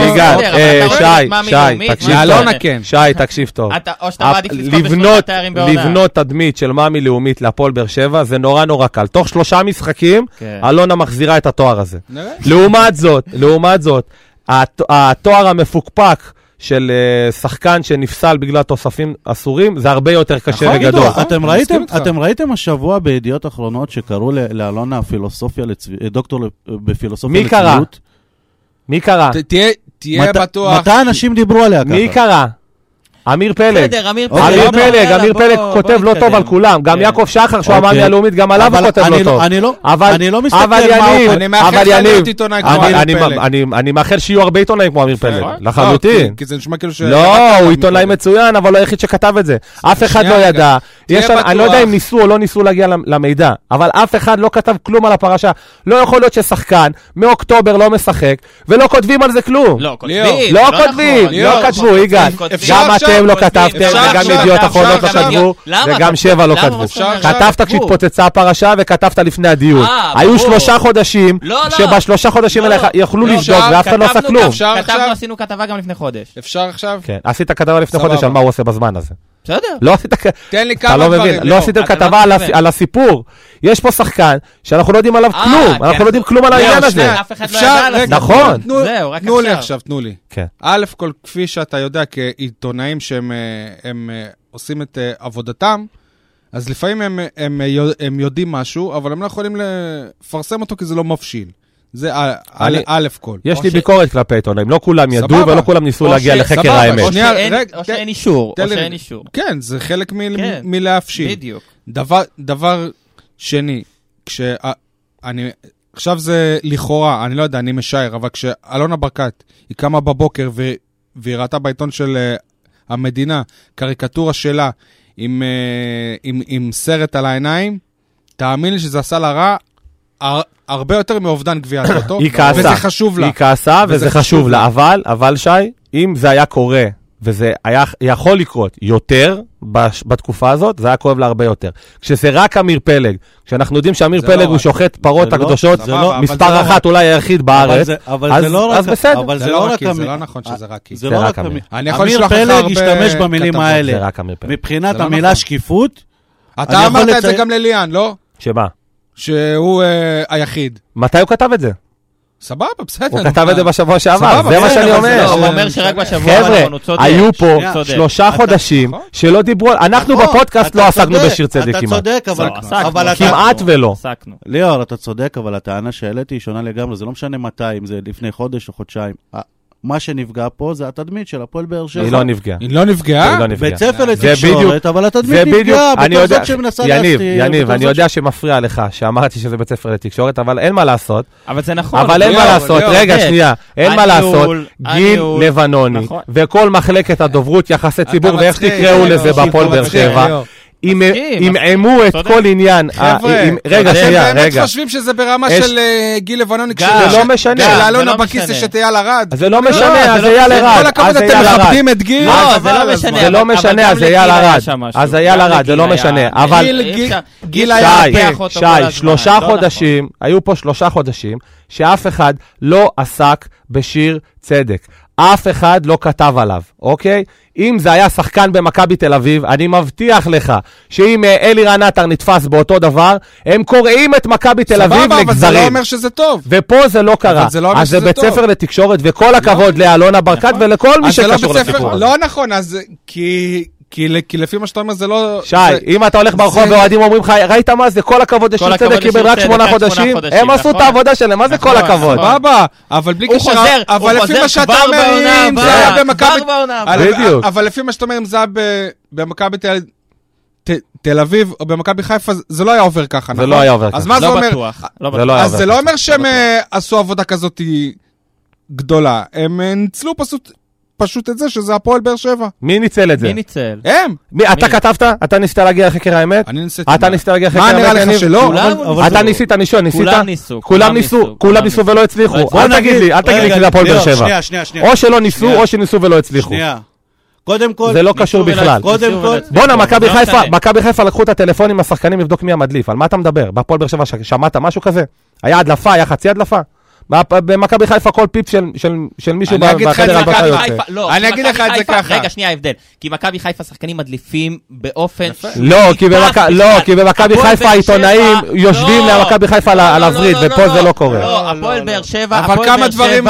שי, תקשיב טוב. או שאתה מעדיף לזכות בשלושה תארים בעונה. לבנות תדמית של מאמי לאומית להפועל באר שבע, זה נורא קל. תוך 3 משחקים, אלונה מחזירה את התואר הזה. לעומת זאת, התואר המפוקפק של שחקן שנפסל בגלל תוספים אסורים, זה הרבה יותר קשה וגדול. אתם ראיתם השבוע בידיעות אחרונות שקראו לאלונה דוקטור בפילוסופיה לצביעות? מי קרא? תהיה בטוח. מתי אנשים דיברו עליה ככה? מי קרא? אמיר פלג כותב לא טוב על כולם, גם יעקב שחר שהוא המאמי הלאומית, גם עליו הוא כותב לא טוב. אני לא מסתכל אני מאחל שיהיו הרבה עיתונאים כמו אמיר פלג, לחלוטין. כי זה נשמע כאילו לא, הוא עיתונאי מצוין, אבל לא היחיד שכתב את זה. אף אחד לא ידע. אני לא יודע אם ניסו או לא ניסו להגיע למידע, אבל אף אחד לא כתב כלום על הפרשה. לא יכול להיות ששחקן מאוקטובר לא משחק, ולא כותבים על זה כלום. לא כתבו, יגאל. גם אתם לא כתבתם, וגם ידיעות אחרונות לא כתבו, וגם 7 לא כתבו. כתבת כשהתפוצצה הפרשה וכתבת לפני הדיון. היו 3 חודשים, שב3 חודשים האלה יכלו לבדוק, ואף אחד לא עשה כלום. כתבנו, עשינו כתבה גם לפני חודש. אפשר עכשיו? כן, עשית כתבה לפני חודש על מה הוא עושה בזמן הזה. בסדר. לא עשית, תן לי כמה דברים. לא עשיתם כתבה על הסיפור. יש פה שחקן שאנחנו לא יודעים עליו כלום. אנחנו לא יודעים כלום על העניין הזה. אף אחד לא ידע על הסיפור. נכון. זהו, רק תנו לי עכשיו, תנו לי. כן. א' כל כפי שאתה יודע כעיתונאים שהם עושים את עבודתם, אז לפעמים הם יודעים משהו, אבל הם לא יכולים לפרסם אותו כי זה לא מבשיל. זה א' כל. יש לי ביקורת כלפי עיתונאים, לא כולם ידעו ולא כולם ניסו להגיע לחקר האמת. או שאין אישור. כן, זה חלק מלהפשיל. בדיוק. דבר שני, עכשיו זה לכאורה, אני לא יודע, אני משער, אבל כשאלונה ברקת היא קמה בבוקר והיא ראתה בעיתון של המדינה, קריקטורה שלה עם סרט על העיניים, תאמין לי שזה עשה לה רע, הרבה יותר מאובדן גביע הטוטו, וזה חשוב לה. היא כעסה וזה חשוב לה, אבל שי, אם זה היה קורה, וזה היה יכול לקרות יותר בתקופה הזאת, זה היה כואב לה הרבה יותר. כשזה רק אמיר פלג, כשאנחנו יודעים שאמיר פלג הוא שוחט פרות הקדושות, מספר אחת אולי היחיד בארץ, אז בסדר. אבל זה לא נכון שזה רק היא. זה לא רק אמיר פלג השתמש במילים האלה. מבחינת המילה שקיפות, אתה אמרת את זה גם לליאן, לא? שמה? שהוא היחיד. מתי הוא כתב את זה? סבבה, בסדר. הוא כתב את זה בשבוע שעבר, זה מה שאני אומר. הוא אומר שרק בשבוע חבר'ה, היו פה 3 חודשים שלא דיברו, אנחנו בפודקאסט לא עסקנו בשיר צדק כמעט. אתה צודק, אבל כמעט ולא. ליאור, אתה צודק, אבל הטענה שהעליתי היא שונה לגמרי, זה לא משנה מתי, אם זה לפני חודש או חודשיים. מה שנפגע פה זה התדמית של הפועל באר שבע. היא לא נפגעה. היא לא נפגעה? בית ספר לתקשורת, אבל התדמית נפגעה בתור זאת שמנסה להסתיר. יניב, אני יודע שמפריע לך שאמרתי שזה בית ספר לתקשורת, אבל אין מה לעשות. אבל זה נכון. אבל אין מה לעשות, רגע, שנייה, אין מה לעשות. גיל לבנוני, וכל מחלקת הדוברות יחסי ציבור, ואיך תקראו לזה בהפועל באר שבע. אם עמו את כל עניין, רגע, אתם באמת חושבים שזה ברמה של גיל לבנוני, זה לא משנה, של אלונה בכיס שתהיה לרד? זה לא משנה, אז היה לרד. כל הכבוד אתם מכבדים את גיל. זה לא משנה, אז היה לרד. אז היה לרד, זה לא משנה. אבל גיל היה שי, 3 חודשים, היו פה 3 חודשים, שאף אחד לא עסק בשיר צדק. אף אחד לא כתב עליו, אוקיי? אם זה היה שחקן במכבי תל אביב, אני מבטיח לך שאם אלירן עטר נתפס באותו דבר, הם קוראים את מכבי תל אביב לגזרים. אבל זה לא אומר שזה טוב. ופה זה לא קרה. אז זה בית ספר לתקשורת, וכל הכבוד לאלונה ברקת ולכל מי שקשור לסיפור. לא נכון, אז כי לפי מה שאתה אומר זה לא... שי, אם אתה הולך ברחוב ואוהדים אומרים לך, ראית מה זה? כל הכבוד, יש צדק קיבל רק 8 חודשים. הם עשו את העבודה שלהם, מה זה כל הכבוד? בבא, אבל בלי קשר... אבל לפי מה שאתה אומר, אם זה היה במכבי... אבל לפי מה שאתה אומר, אם זה היה במכבי תל אביב או במכבי חיפה, זה לא היה עובר ככה, נכון? זה לא היה עובר ככה. אז מה זה אומר? אז זה לא אומר שהם עשו עבודה כזאת גדולה. הם ניצלו פשוט את זה, שזה הפועל באר שבע. מי ניצל את זה? מי ניצל? הם. אתה כתבת? אתה ניסית להגיע לחקר האמת? אני ניסיתי. אתה ניסית להגיע לחקר האמת? מה נראה לך שלא? אתה ניסית, אני שואל, ניסית? כולם ניסו ולא הצליחו. אל תגיד לי שזה הפועל באר שבע. או שלא ניסו, או שניסו ולא הצליחו. שנייה. קודם כל... זה לא קשור בכלל. בוא'נה, מכבי חיפה לקחו את הטלפונים עם השחקנים לבדוק מי המדליף. על מה אתה מדבר? בהפועל באר שבע שמעת משהו כזה? היה הדלפה, היה חצי הדלפה? במכבי חיפה כל פיפ של מישהו בחדר הלבשה יוצא. אני אגיד לך את זה ככה. רגע, שנייה, ההבדל. כי מכבי חיפה שחקנים מדליפים באופן... לא, כי במכבי חיפה העיתונאים יושבים למכבי חיפה על הוריד, ופה זה לא קורה. לא, הפועל באר שבע... אבל כמה דברים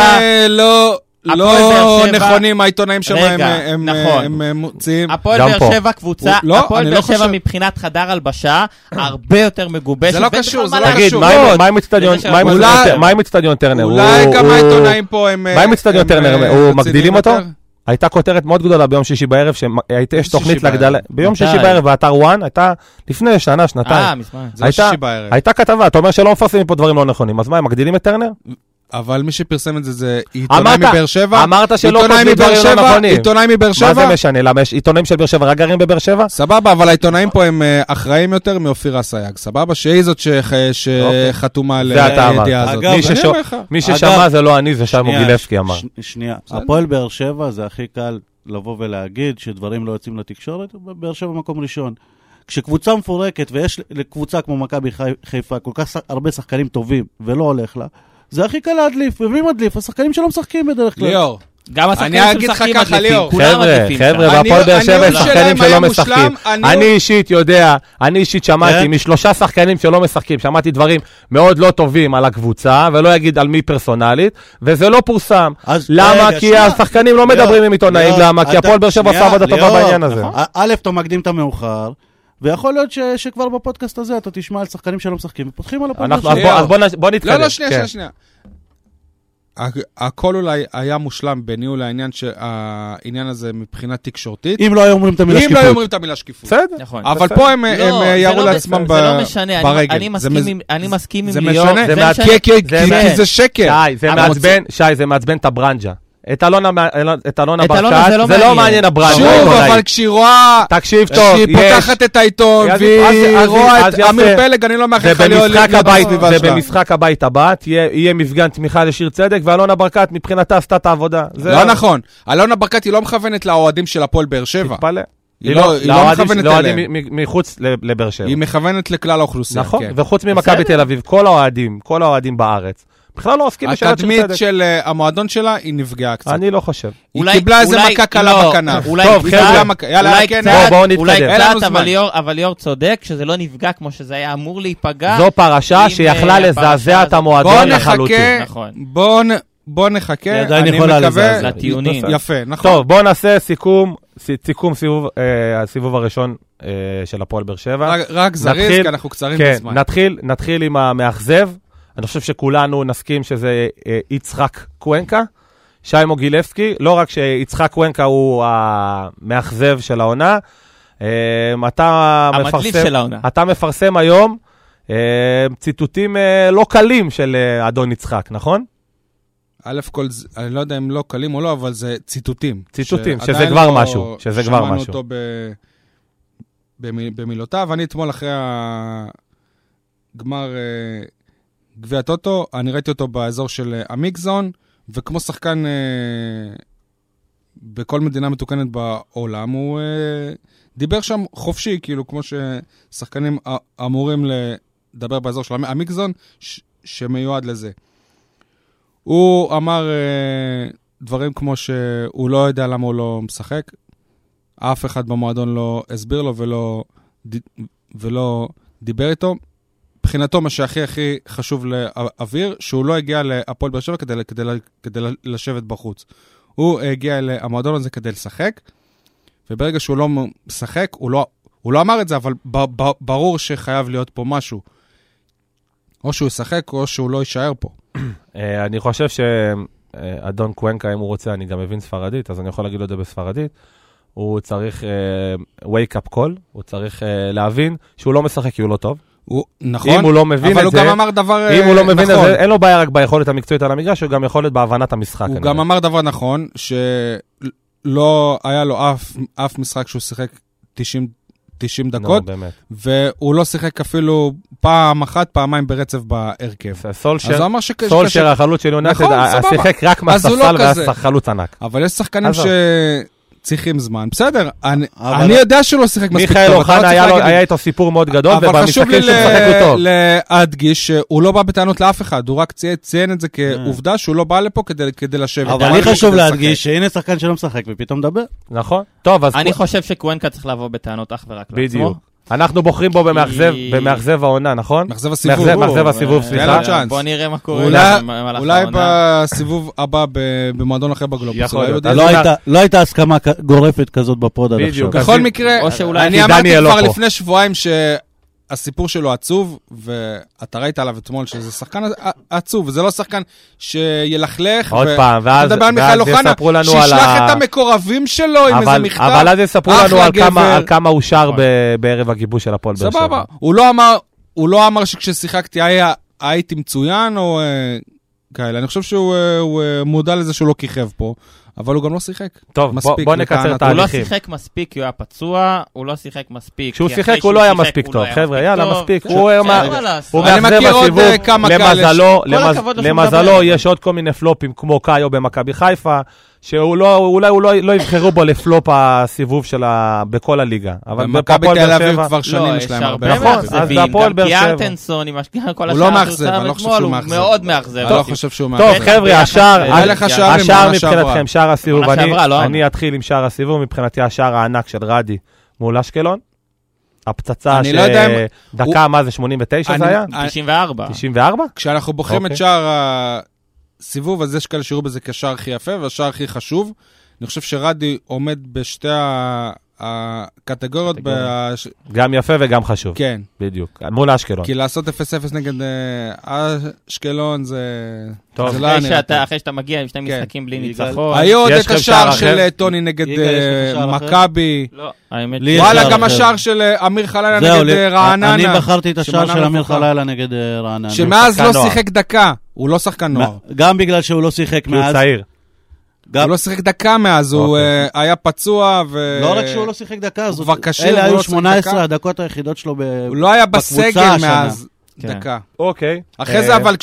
לא נכונים, העיתונאים שם הם מוצאים. הפועל באר שבע קבוצה, הפועל באר שבע מבחינת חדר הלבשה, הרבה יותר מגובשת. זה לא קשור, זה לא קשור. תגיד, מה עם אצטדיון טרנר? אולי גם העיתונאים פה הם... מה עם אצטדיון טרנר? הוא מגדילים אותו? הייתה כותרת מאוד גדולה ביום שישי בערב, שיש תוכנית להגדלה, ביום שישי בערב, באתר וואן, הייתה לפני שנה, שנתיים. הייתה כתבה, אתה אומר שלא מפרסמים פה דברים לא נכונים, אז מה, הם מגדילים את טרנר? אבל מי שפרסם את זה זה עיתונאי מבאר שבע. אמרת שלא כותבים דברים לא נכונים. עיתונאי מבאר שבע. מה זה משנה? למה יש עיתונאים של באר שבע רק גרים בבאר שבע? סבבה, אבל העיתונאים פה הם אחראים יותר מאופיר אסייג. סבבה? שהיא זאת שחתומה על הידיעה הזאת. מי ששמע זה לא אני, זה שלמה גילפסקי אמר. שנייה, הפועל באר שבע זה הכי קל לבוא ולהגיד שדברים לא יוצאים לתקשורת, באר שבע מקום ראשון. כשקבוצה מפורקת ויש לקבוצה כמו מכבי חיפה כל כך הרבה שחקנים טובים ולא הולך לה, זה הכי קל להדליף, ומי מדליף? השחקנים שלא משחקים בדרך כלל. ליאור, גם השחקנים שמשחקים מדליפים, כולם מדליפים. חבר'ה, בהפועל באר שבע יש שחקנים שלא משחקים. אני אישית יודע, אני אישית שמעתי מ3 שחקנים שלא משחקים, שמעתי דברים מאוד לא טובים על הקבוצה, ולא אגיד על מי פרסונלית, וזה לא פורסם. למה? כי השחקנים לא מדברים עם עיתונאים, למה? כי הפועל באר שבע עושה עבודה טובה בעניין הזה. א', אתה מקדים את המאוחר, ויכול להיות שכבר בפודקאסט הזה אתה תשמע על שחקנים שלא משחקים, ופותחים על הפודקאסט. אז בוא נתקדם. לא, שנייה. הכל אולי היה מושלם בניהול העניין הזה מבחינת תקשורתית. אם לא היו אומרים את המילה שקיפות. בסדר. אבל פה הם יראו לעצמם ברגל. זה לא משנה, אני מסכים עם ליאור. זה משנה, כי זה שקר. שי, זה מעצבן את הברנג'ה. את אלונה ברקת, זה לא מעניין הברנד. שוב, אבל כשהיא רואה, תקשיב טוב, כשהיא פותחת את העיתון, והיא רואה את אמיר פלג, אני לא מאחל לך להיות בסביבה שלה. ובמשחק הבית הבא, יהיה מפגן תמיכה לשיר צדק, ואלונה ברקת מבחינתה עשתה את העבודה. לא נכון, אלונה ברקת היא לא מכוונת לאוהדים של הפועל באר שבע. תתפלא. היא לא מכוונת אליהם. מחוץ לבאר שבע. היא מכוונת לכלל האוכלוסייה. נכון, וחוץ ממכבי תל אביב, כל האוהדים בארץ. בכלל לא עוסקים בשאלת של צדק. התדמית של המועדון שלה היא נפגעה קצת. אני לא חושב. היא קיבלה איזה מכה קלה בכנף. טוב, חבר'ה, בואו נתקדם. אבל ליאור צודק שזה לא נפגע כמו שזה היה אמור להיפגע. זו פרשה שיכלה לזעזע את המועדון לחלוטין. בואו נחכה, אני מקווה לטיעונים. יפה, נכון. טוב, בואו נעשה סיכום הסיבוב הראשון של הפועל באר שבע. רק זריז, כי אנחנו קצרים בזמן. נתחיל עם המאכזב. אני חושב שכולנו נסכים שזה יצחק קוונקה, שי מוגילבסקי, לא רק שיצחק קוונקה הוא המאכזב של העונה, המדליף של העונה. אתה מפרסם היום ציטוטים לא קלים של אדון יצחק, נכון? א' כל, אני לא יודע אם לא קלים או לא, אבל זה ציטוטים. ציטוטים, שזה כבר משהו. שמענו אותו במילותיו, אני אתמול אחרי הגמר גביע טוטו, אני ראיתי אותו באזור של המיקזון, וכמו שחקן בכל מדינה מתוקנת בעולם, הוא דיבר שם חופשי, כאילו כמו ששחקנים אמורים לדבר באזור של המיקזון, שמיועד לזה. הוא אמר דברים כמו שהוא לא יודע למה הוא לא משחק, אף אחד במועדון לא הסביר לו ולא דיבר איתו. מבחינתו מה שהכי חשוב להעביר, שהוא לא הגיע להפועל באר שבע כדי לשבת בחוץ. הוא הגיע למועדון הזה כדי לשחק, וברגע שהוא לא משחק, הוא לא אמר את זה, אבל ברור שחייב להיות פה משהו. או שהוא ישחק, או שהוא לא יישאר פה. אני חושב שאדון קוונקה, אם הוא רוצה, אני גם מבין ספרדית, אז אני יכול להגיד לו את זה בספרדית, הוא צריך wake up call, הוא צריך להבין שהוא לא משחק כי הוא לא טוב. נכון, אם הוא לא מבין אבל את הוא זה, גם אמר דבר אם הוא לא מבין נכון. את זה, אין לו בעיה רק ביכולת המקצועית על המגרש, הוא גם יכולת בהבנת המשחק. הוא גם אמר דבר נכון, שלא היה לו אף משחק שהוא שיחק 90 דקות, והוא לא שיחק אפילו פעם אחת, פעמיים ברצף בהרכב. סולשר, החלוץ של יונייטד, שיחק רק מהספסל והחלוץ ענק. אבל יש שחקנים צריכים זמן. בסדר, אני יודע שהוא לא שיחק מספיק טוב. מיכאל אוחנה היה איתו סיפור מאוד גדול, ובמשחקים שהוא משחק הוא טוב. להדגיש שהוא לא בא בטענות לאף אחד, הוא רק ציין את זה כעובדה שהוא לא בא לפה כדי לשבת. אבל אני חשוב להדגיש שהנה שחקן שלא משחק ופתאום מדבר. נכון. טוב, אז... אני חושב שקוונקה צריך לבוא בטענות אך ורק לעצמו. בדיוק. אנחנו בוחרים בו במאכזב העונה, נכון? מאכזב הסיבוב. מאכזב הסיבוב, סליחה. בוא נראה מה קורה. אולי בסיבוב הבא במועדון אחר בגלובוס. לא הייתה הסכמה גורפת כזאת בפוד עד עכשיו. בכל מקרה, אני אמרתי כבר לפני שבועיים שהסיפור שלו עצוב, ואתה ראית עליו אתמול שזה שחקן עצוב, וזה לא שחקן שילכלך. עוד פעם, ואז יספרו לנו על... שישלח את המקורבים שלו עם איזה מכתב. אבל אז יספרו לנו על כמה הוא שר בערב הגיבוש של הפועל באר שבע. סבבה. הוא לא אמר שכששיחקתי הייתי מצוין, או כאלה. אני חושב שהוא מודע לזה שהוא לא כיכב פה. אבל הוא גם לא שיחק. טוב, בוא נקצר את ההליכים. הוא לא שיחק מספיק כי הוא היה פצוע, הוא לא שיחק מספיק. כשהוא שיחק הוא לא היה מספיק טוב. חבר'ה, יאללה, מספיק. הוא מאכזב בסיבוב. למזלו, יש עוד כל מיני פלופים כמו קאיו במכבי חיפה, שאולי הוא לא יבחרו בו לפלופ הסיבוב שלה בכל הליגה. אבל במכבי תל אביב כבר שנים יש להם הרבה. נכון, אז בהפועל באר שבע. גם קיארטנסון עם כל הוא לא מאכזב, אני לא חושב שהוא מאכזב. הוא מאוד מאכזב. אני לא חושב שהוא מאכזב. טוב, חבר'ה, השער מבחינתכם, שער הסיבוב. אני אתחיל עם שער הסיבוב, מבחינתי השער הענק של רדי מול אשקלון. הפצצה שדקה, מה זה, 89 זה היה? 94. 94? כשאנחנו בוחרים את שער הסיבוב, אז יש כאלה שיראו בזה כשער הכי יפה, והשער הכי חשוב. אני חושב שרדי עומד בשתי הקטגוריות. גם יפה וגם חשוב. כן. בדיוק. מול אשקלון. כי לעשות 0-0 נגד אשקלון זה... טוב, אחרי שאתה מגיע עם שני משחקים בלי ניצחון. היו עוד את השער של טוני נגד מכבי. וואלה, גם השער של אמיר חלילה נגד רעננה. אני בחרתי את השער של אמיר חלילה נגד רעננה. שמאז לא שיחק דקה. הוא לא שחקן נוער. גם בגלל שהוא לא שיחק מאז. הוא צעיר. הוא לא שיחק דקה מאז, הוא היה פצוע לא רק שהוא לא שיחק דקה, הוא כבר קשיר, אלה היו 18 הדקות היחידות שלו בקבוצה השנה. הוא לא היה בסגל מאז דקה. אוקיי. אחרי זה אבל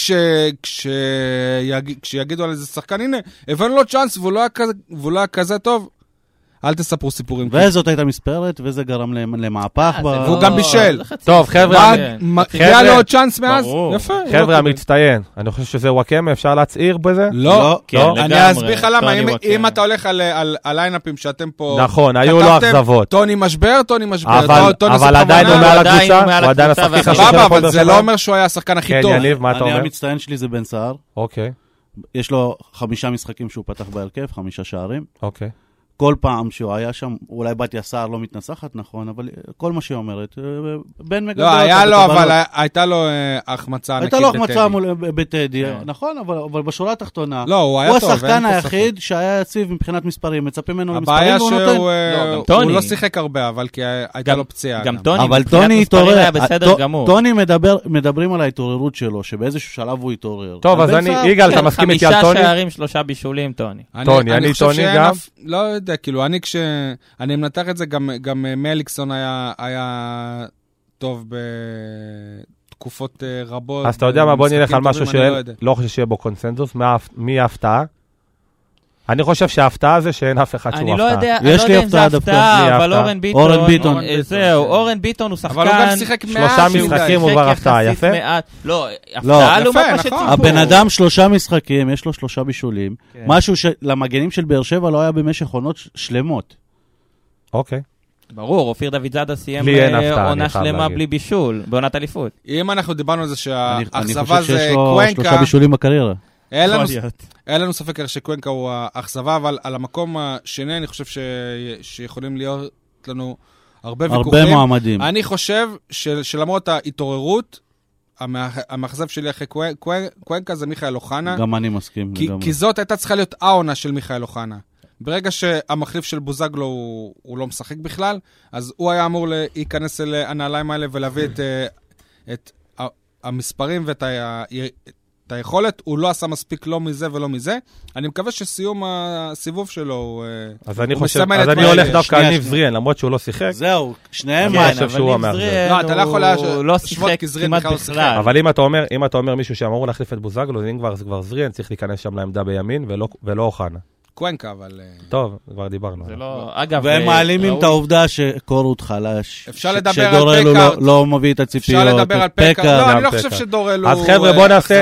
כשיגידו על איזה שחקן, הנה, הבאנו לו צ'אנס והוא לא היה כזה טוב, אל תספרו סיפורים. וזאת הייתה מספרת, וזה גרם למהפך. והוא גם בישל. טוב, חבר'ה. היה לו עוד צ'אנס מאז? יפה. חבר'ה, מצטיין. אני חושב שזה וואקמה, אפשר להצעיר בזה? לא. אני אסביר לך למה. אם אתה הולך על ליינאפים שאתם פה... נכון, היו לו אכזבות. טוני משבר. אבל עדיין הוא מעל הקבוצה, הוא עדיין השחקן הכי סבבה, אבל זה לא אומר שהוא היה השחקן הכי טוב. אני המצטיין שלי זה בן סער. אוקיי. יש לו 5 משחקים שהוא פתח בהרכב, 5 שערים. אוקיי. כל פעם שהוא היה שם, אולי בתיה סער לא מתנסחת, נכון, אבל כל מה שהיא אומרת, בן מגדל... לא, היה לו, אבל הייתה לו החמצה ענקית בטדי. הייתה לו החמצה בטדי, נכון, אבל בשורה התחתונה, הוא השחקן היחיד שהיה יציב מבחינת מספרים, מצפים ממנו למספרים, והוא נותן. הוא לא שיחק הרבה, אבל כי הייתה לו פציעה. גם טוני, מבחינת מספרים היה בסדר גמור. טוני מדברים על ההתעוררות שלו, שבאיזשהו שלב הוא התעורר. טוב, אז יגאל, אתה מסכים איתי על טוני? 5 שערים, 3 בישולים, טוני. אני טוני גם. לא יודע, כאילו, אני מנתח את זה, גם מליקסון היה טוב בתקופות רבות. אז אתה יודע מה, בוא נלך על משהו שלא חושב שיהיה בו קונסנזוס, מי ההפתעה? אני חושב שההפתעה זה שאין אף אחד שהוא הפתעה. אני לא יודע אם זה הפתעה, אבל אורן ביטון, זהו, אורן ביטון הוא שחקן... אבל הוא גם שיחק 3 משחקים הוא כבר הפתעה, יפה? לא, הפתעה לעומת מה שציפו. הבן אדם 3 משחקים, יש לו 3 בישולים, משהו שלמגנים של באר שבע לא היה במשך עונות שלמות. אוקיי. ברור, אופיר דוד זאדה סיים עונה שלמה בלי בישול, בעונת אליפות. אם אנחנו דיברנו על זה שהאכזבה זה קוונקה... אני חושב שיש לו 3 בישולים בקריירה. אין לנו ספק שקוונקה הוא האכזבה, אבל על המקום השני אני חושב שיכולים להיות לנו הרבה ויכוחים. הרבה מועמדים. אני חושב שלמרות ההתעוררות, המאכזב שלי אחרי קוונקה זה מיכאל אוחנה. גם אני מסכים. כי זאת הייתה צריכה להיות העונה של מיכאל אוחנה. ברגע שהמחליף של בוזגלו הוא לא משחק בכלל, אז הוא היה אמור להיכנס לנעליים האלה ולהביא את המספרים ואת את היכולת, הוא לא עשה מספיק לא מזה ולא מזה. אני מקווה שסיום הסיבוב שלו... אז אני הולך דווקא על ניב זריאן, למרות שהוא לא שיחק. זהו, שניהם... אני חושב שהוא המאכזב. לא, אתה לא יכול להשוות כי זריאן בכלל לא שיחק. אבל אם אתה אומר מישהו שאמרו להחליף את בוזגלו, אם כבר זריאן צריך להיכנס שם לעמדה בימין ולא אוחנה. קוונקה, אבל... טוב, כבר דיברנו. והם מעלימים את העובדה שקורות חלש. אפשר לדבר על פקארט. לא מביא את הציפיות. אפשר לדבר על פקארט. לא, אני לא חושב שדורל הוא... אז חבר'ה, בוא נעשה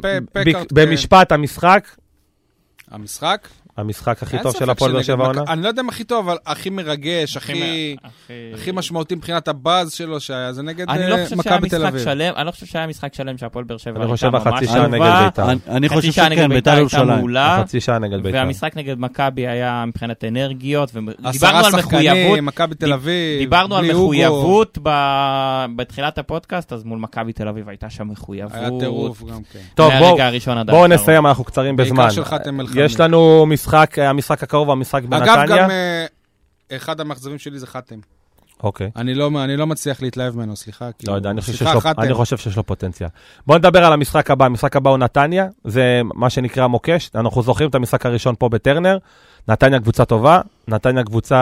במשפט המשחק. המשחק? המשחק הכי טוב של הפועל באר שבע העונה? אני לא יודע אם הכי טוב, אבל הכי מרגש, הכי משמעותי מבחינת הבאז שלו שהיה, זה נגד מכבי תל אביב. אני לא חושב שהיה משחק שלם שהפועל באר שבע אני חושב החצי שעה נגד בית"ר. אני חושב שכן, בית"ר ירושלים. החצי שעה נגד בית"ר. והמשחק נגד מכבי היה מבחינת אנרגיות, 10 שחקנים, מכבי תל אביב, דיברנו על מחויבות בתחילת הפודקאסט, אז מול מכבי תל אביב הייתה שם מחויבות. היה טירוף גם כן. טוב, בואו נסיים, אנחנו קצרים בזמן. יש לנו המשחק הקרוב והמשחק בנתניה. אגב, גם אחד המאכזבים שלי זה חתם. אוקיי. אני לא מצליח להתלהב ממנו, סליחה. לא יודע, אני חושב שיש לו פוטנציאל. בואו נדבר על המשחק הבא. המשחק הבא הוא נתניה, זה מה שנקרא מוקש. אנחנו זוכרים את המשחק הראשון פה בטרנר. נתניה קבוצה טובה, נתניה קבוצה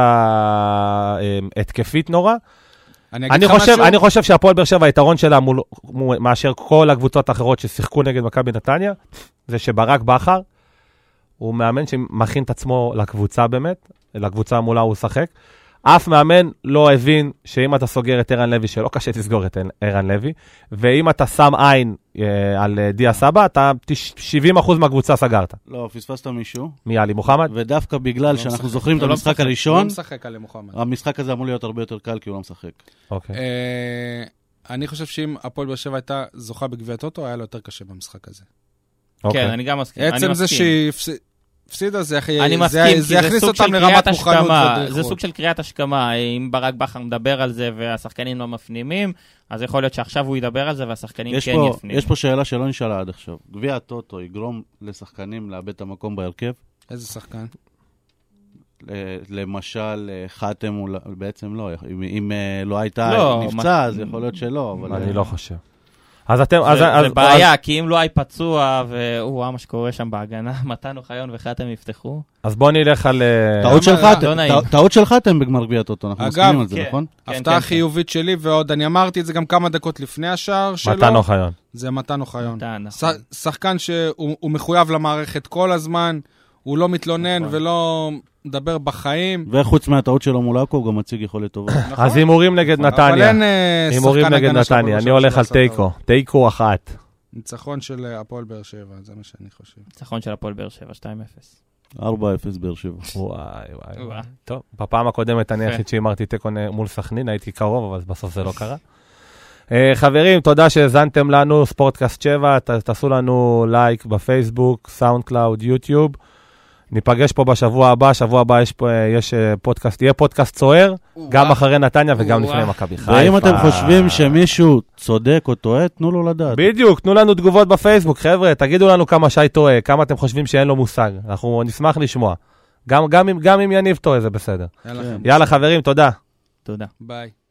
התקפית נורא. אני חושב שהפועל באר שבע, היתרון שלה מאשר כל הקבוצות האחרות ששיחקו נגד מכבי נתניה, זה שברק בכר, הוא מאמן שמכין את עצמו לקבוצה באמת, לקבוצה מולה הוא שחק. אף מאמן לא הבין שאם אתה סוגר את ערן לוי, שלא קשה תסגור את ערן לוי, ואם אתה שם עין על דיה סבא, אתה 70% מהקבוצה סגרת. לא, פספסת מישהו. מי, עלי מוחמד? ודווקא בגלל שאנחנו זוכרים את המשחק הראשון, לא משחק עלי מוחמד. המשחק הזה אמור להיות הרבה יותר קל, כי הוא לא משחק. אוקיי. אני חושב שאם הפועל באר שבע הייתה זוכה בגביע הטוטו, היה לו יותר קשה במשחק הזה. כן, אני גם מסכים. עצם זה הפסידה, זה יכניס אותם לרמת מוכנות. זה סוג של קריאת השכמה. אם ברק בכר מדבר על זה והשחקנים לא מפנימים, אז יכול להיות שעכשיו הוא ידבר על זה והשחקנים כן יפנימו. יש פה שאלה שלא נשאלה עד עכשיו. גביע הטוטו יגרום לשחקנים לאבד את המקום בהרכב? איזה שחקן? למשל, חתם בעצם לא. אם לא הייתה נפצע, אז יכול להיות שלא. אני לא חושב. אז אתם... זה בעיה, כי אם לא היה פצוע, והוא מה שקורה שם בהגנה, מתן אוחיון וחתם יפתחו. אז בוא נלך על... טעות שלך אתם בגמר גביע הטוטו, אנחנו מסכימים על זה, נכון? הפתעה חיובית שלי, ועוד אני אמרתי את זה גם כמה דקות לפני השער שלו. מתן אוחיון. זה מתן אוחיון. שחקן שהוא מחויב למערכת כל הזמן, הוא לא מתלונן ולא מדבר בחיים. וחוץ מהטעות שלו מול עכו, הוא גם מציג יכולת טובה. אז הימורים נגד נתניה. הימורים נגד נתניה, אני הולך על תיקו. תיקו 1. ניצחון של הפועל באר שבע, זה מה שאני חושב. ניצחון של הפועל באר שבע, 2-0. 4-0 באר שבע. וואי. טוב, בפעם הקודמת אני היחיד שאמרתי תיקו מול סכנין, הייתי קרוב, אבל בסוף זה לא קרה. חברים, תודה שהזנתם לנו, ספורטקאסט 7, תעשו לנו לייק בפייסבוק, סאונד קלאוד, יוטיוב. ניפגש פה בשבוע הבא, שבוע הבא יש פודקאסט, יהיה פודקאסט צוער, גם אחרי נתניה וגם לפני מכבי חיפה. ואם אתם חושבים שמישהו צודק או טועה, תנו לו לדעת. בדיוק, תנו לנו תגובות בפייסבוק, חבר'ה, תגידו לנו כמה שי טועה, כמה אתם חושבים שאין לו מושג, אנחנו נשמח לשמוע. גם אם יניב טועה, זה בסדר. יאללה חברים, תודה. תודה. ביי.